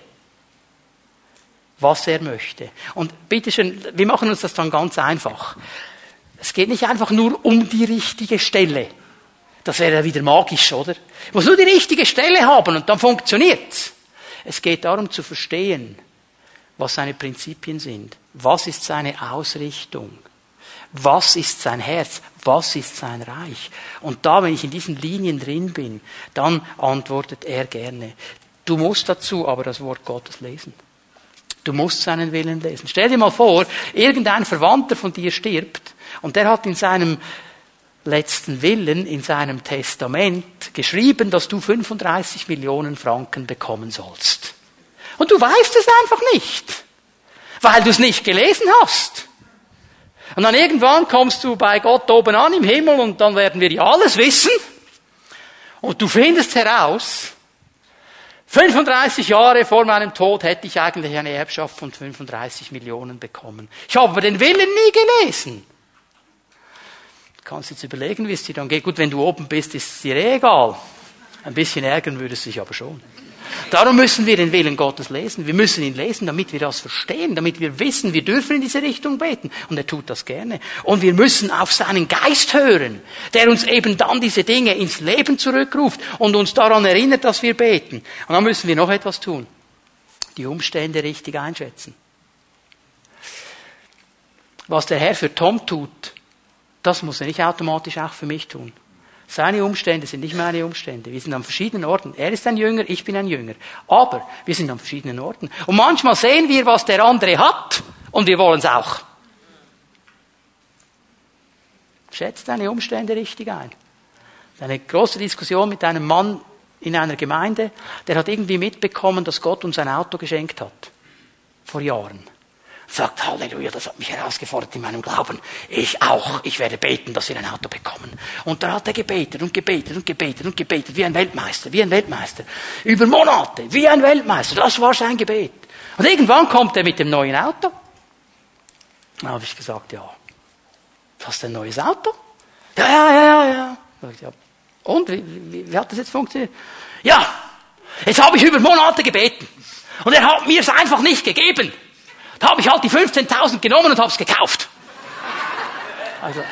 A: was er möchte. Und bitteschön, wir machen uns das dann ganz einfach. Es geht nicht einfach nur um die richtige Stelle. Das wäre ja wieder magisch, oder? Ich muss nur die richtige Stelle haben und dann funktioniert's. Es geht darum zu verstehen, was seine Prinzipien sind. Was ist seine Ausrichtung? Was ist sein Herz? Was ist sein Reich? Und da, wenn ich in diesen Linien drin bin, dann antwortet er gerne. Du musst dazu aber das Wort Gottes lesen. Du musst seinen Willen lesen. Stell dir mal vor, irgendein Verwandter von dir stirbt und der hat in seinem letzten Willen, in seinem Testament geschrieben, dass du fünfunddreißig Millionen Franken bekommen sollst. Und du weißt es einfach nicht, weil du es nicht gelesen hast. Und dann irgendwann kommst du bei Gott oben an im Himmel und dann werden wir ja alles wissen. Und du findest heraus, fünfunddreißig Jahre vor meinem Tod hätte ich eigentlich eine Erbschaft von fünfunddreißig Millionen bekommen. Ich habe aber den Willen nie gelesen. Du kannst jetzt überlegen, wie es dir dann geht. Gut, wenn du oben bist, ist es dir eh egal. Ein bisschen ärgern würde es sich aber schon. Darum müssen wir den Willen Gottes lesen. Wir müssen ihn lesen, damit wir das verstehen, damit wir wissen, wir dürfen in diese Richtung beten. Und er tut das gerne. Und wir müssen auf seinen Geist hören, der uns eben dann diese Dinge ins Leben zurückruft und uns daran erinnert, dass wir beten. Und dann müssen wir noch etwas tun. Die Umstände richtig einschätzen. Was der Herr für Tom tut, das muss er nicht automatisch auch für mich tun. Seine Umstände sind nicht meine Umstände. Wir sind an verschiedenen Orten. Er ist ein Jünger, ich bin ein Jünger. Aber wir sind an verschiedenen Orten. Und manchmal sehen wir, was der andere hat, und wir wollen es auch. Schätzt deine Umstände richtig ein. Eine große Diskussion mit einem Mann in einer Gemeinde, der hat irgendwie mitbekommen, dass Gott uns ein Auto geschenkt hat. Vor Jahren. Sagt, Halleluja, das hat mich herausgefordert in meinem Glauben. Ich auch. Ich werde beten, dass wir ein Auto bekommen. Und da hat er gebetet und gebetet und gebetet und gebetet, wie ein Weltmeister, wie ein Weltmeister. Über Monate, wie ein Weltmeister. Das war sein Gebet. Und irgendwann kommt er mit dem neuen Auto. Dann habe ich gesagt, ja, hast du ein neues Auto? Ja, ja, ja, ja, ja. Ich, ja. Und, wie, wie, wie hat das jetzt funktioniert? Ja, jetzt habe ich über Monate gebeten. Und er hat mir es einfach nicht gegeben. Da habe ich halt die fünfzehntausend genommen und habe es gekauft. Also,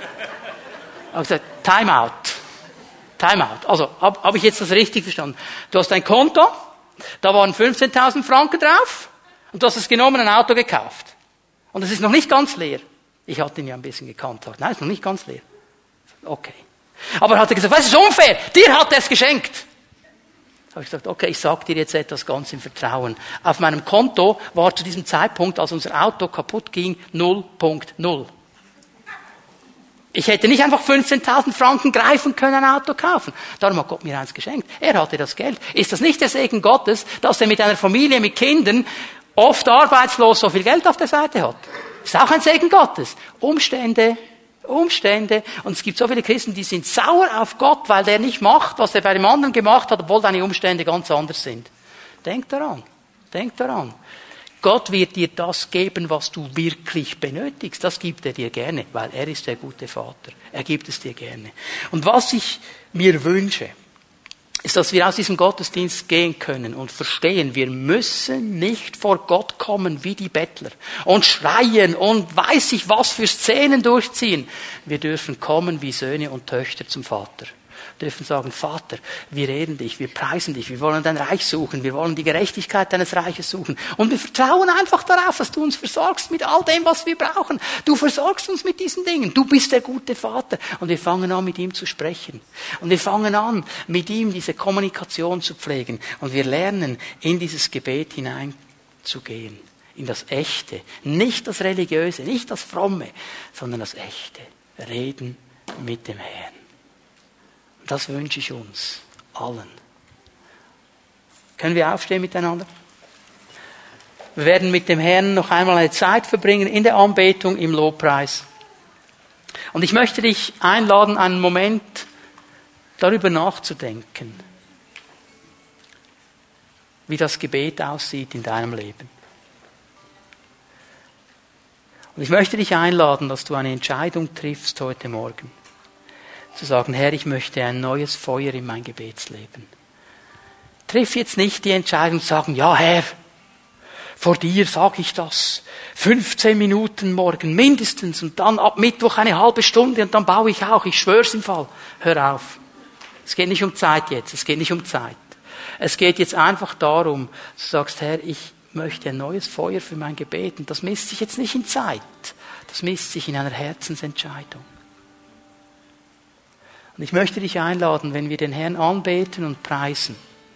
A: also Time out. Time out. Also, habe hab ich jetzt das richtig verstanden? Du hast ein Konto, da waren fünfzehntausend Franken drauf und du hast es genommen und ein Auto gekauft. Und es ist noch nicht ganz leer. Ich hatte ihn ja ein bisschen gekannt. Nein, es ist noch nicht ganz leer. Okay. Aber er hat gesagt, was ist unfair? Dir hat er es geschenkt. Habe ich gesagt, okay, ich sage dir jetzt etwas ganz im Vertrauen. Auf meinem Konto war zu diesem Zeitpunkt, als unser Auto kaputt ging, null Komma null. Ich hätte nicht einfach fünfzehntausend Franken greifen können, ein Auto kaufen. Darum hat Gott mir eins geschenkt. Er hatte das Geld. Ist das nicht der Segen Gottes, dass er mit einer Familie, mit Kindern, oft arbeitslos so viel Geld auf der Seite hat? Ist auch ein Segen Gottes. Umstände, Umstände. Und es gibt so viele Christen, die sind sauer auf Gott, weil der nicht macht, was er bei dem anderen gemacht hat, obwohl deine Umstände ganz anders sind. Denk daran. Denk daran. Gott wird dir das geben, was du wirklich benötigst. Das gibt er dir gerne, weil er ist der gute Vater. Er gibt es dir gerne. Und was ich mir wünsche, ist, dass wir aus diesem Gottesdienst gehen können und verstehen, wir müssen nicht vor Gott kommen wie die Bettler und schreien und weiß ich was für Szenen durchziehen. Wir dürfen kommen wie Söhne und Töchter zum Vater. Wir dürfen sagen, Vater, wir ehren dich, wir preisen dich, wir wollen dein Reich suchen, wir wollen die Gerechtigkeit deines Reiches suchen. Und wir vertrauen einfach darauf, dass du uns versorgst mit all dem, was wir brauchen. Du versorgst uns mit diesen Dingen. Du bist der gute Vater. Und wir fangen an, mit ihm zu sprechen. Und wir fangen an, mit ihm diese Kommunikation zu pflegen. Und wir lernen, in dieses Gebet hineinzugehen. in das Echte. Nicht das Religiöse, nicht das Fromme, sondern das Echte. Reden mit dem Herrn. Und das wünsche ich uns allen. Können wir aufstehen miteinander? Wir werden mit dem Herrn noch einmal eine Zeit verbringen in der Anbetung, im Lobpreis. Und ich möchte dich einladen, einen Moment darüber nachzudenken, wie das Gebet aussieht in deinem Leben. Und ich möchte dich einladen, dass du eine Entscheidung triffst heute Morgen. Zu sagen, Herr, ich möchte ein neues Feuer in mein Gebetsleben. Triff jetzt nicht die Entscheidung zu sagen, ja Herr, vor dir sage ich das. fünfzehn Minuten morgen mindestens und dann ab Mittwoch eine halbe Stunde und dann baue ich auch. Ich schwör's im Fall. Hör auf. Es geht nicht um Zeit jetzt. Es geht nicht um Zeit. Es geht jetzt einfach darum, du sagst, Herr, ich möchte ein neues Feuer für mein Gebet. Und das misst sich jetzt nicht in Zeit. Das misst sich in einer Herzensentscheidung. Und ich möchte dich einladen, wenn wir den Herrn anbeten und preisen,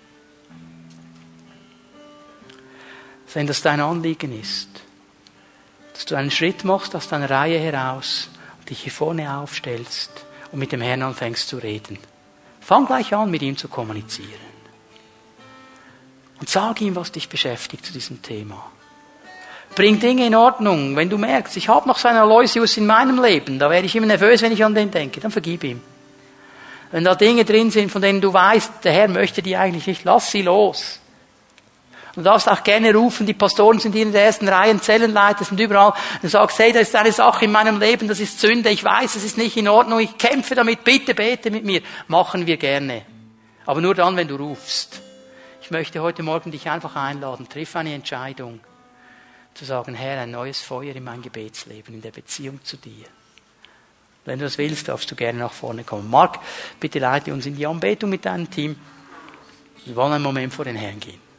A: wenn das dein Anliegen ist, dass du einen Schritt machst aus deiner Reihe heraus und dich hier vorne aufstellst und mit dem Herrn anfängst zu reden. Fang gleich an, mit ihm zu kommunizieren. Und sag ihm, was dich beschäftigt zu diesem Thema. Bring Dinge in Ordnung. Wenn du merkst, ich habe noch so einen Aloysius in meinem Leben, da werde ich immer nervös, wenn ich an den denke, dann vergib ihm. Wenn da Dinge drin sind, von denen du weißt, der Herr möchte die eigentlich nicht, lass sie los. Du darfst auch gerne rufen, die Pastoren sind hier in der ersten Reihe, Zellenleiter sind überall. Du sagst, hey, da ist eine Sache in meinem Leben, das ist Sünde, ich weiß, es ist nicht in Ordnung, ich kämpfe damit, bitte bete mit mir. Machen wir gerne. Aber nur dann, wenn du rufst. Ich möchte heute Morgen dich einfach einladen, triff eine Entscheidung, zu sagen, Herr, ein neues Feuer in mein Gebetsleben, in der Beziehung zu dir. Wenn du das willst, darfst du gerne nach vorne kommen. Marc, bitte leite uns in die Anbetung mit deinem Team. Wir wollen einen Moment vor den Herrn gehen.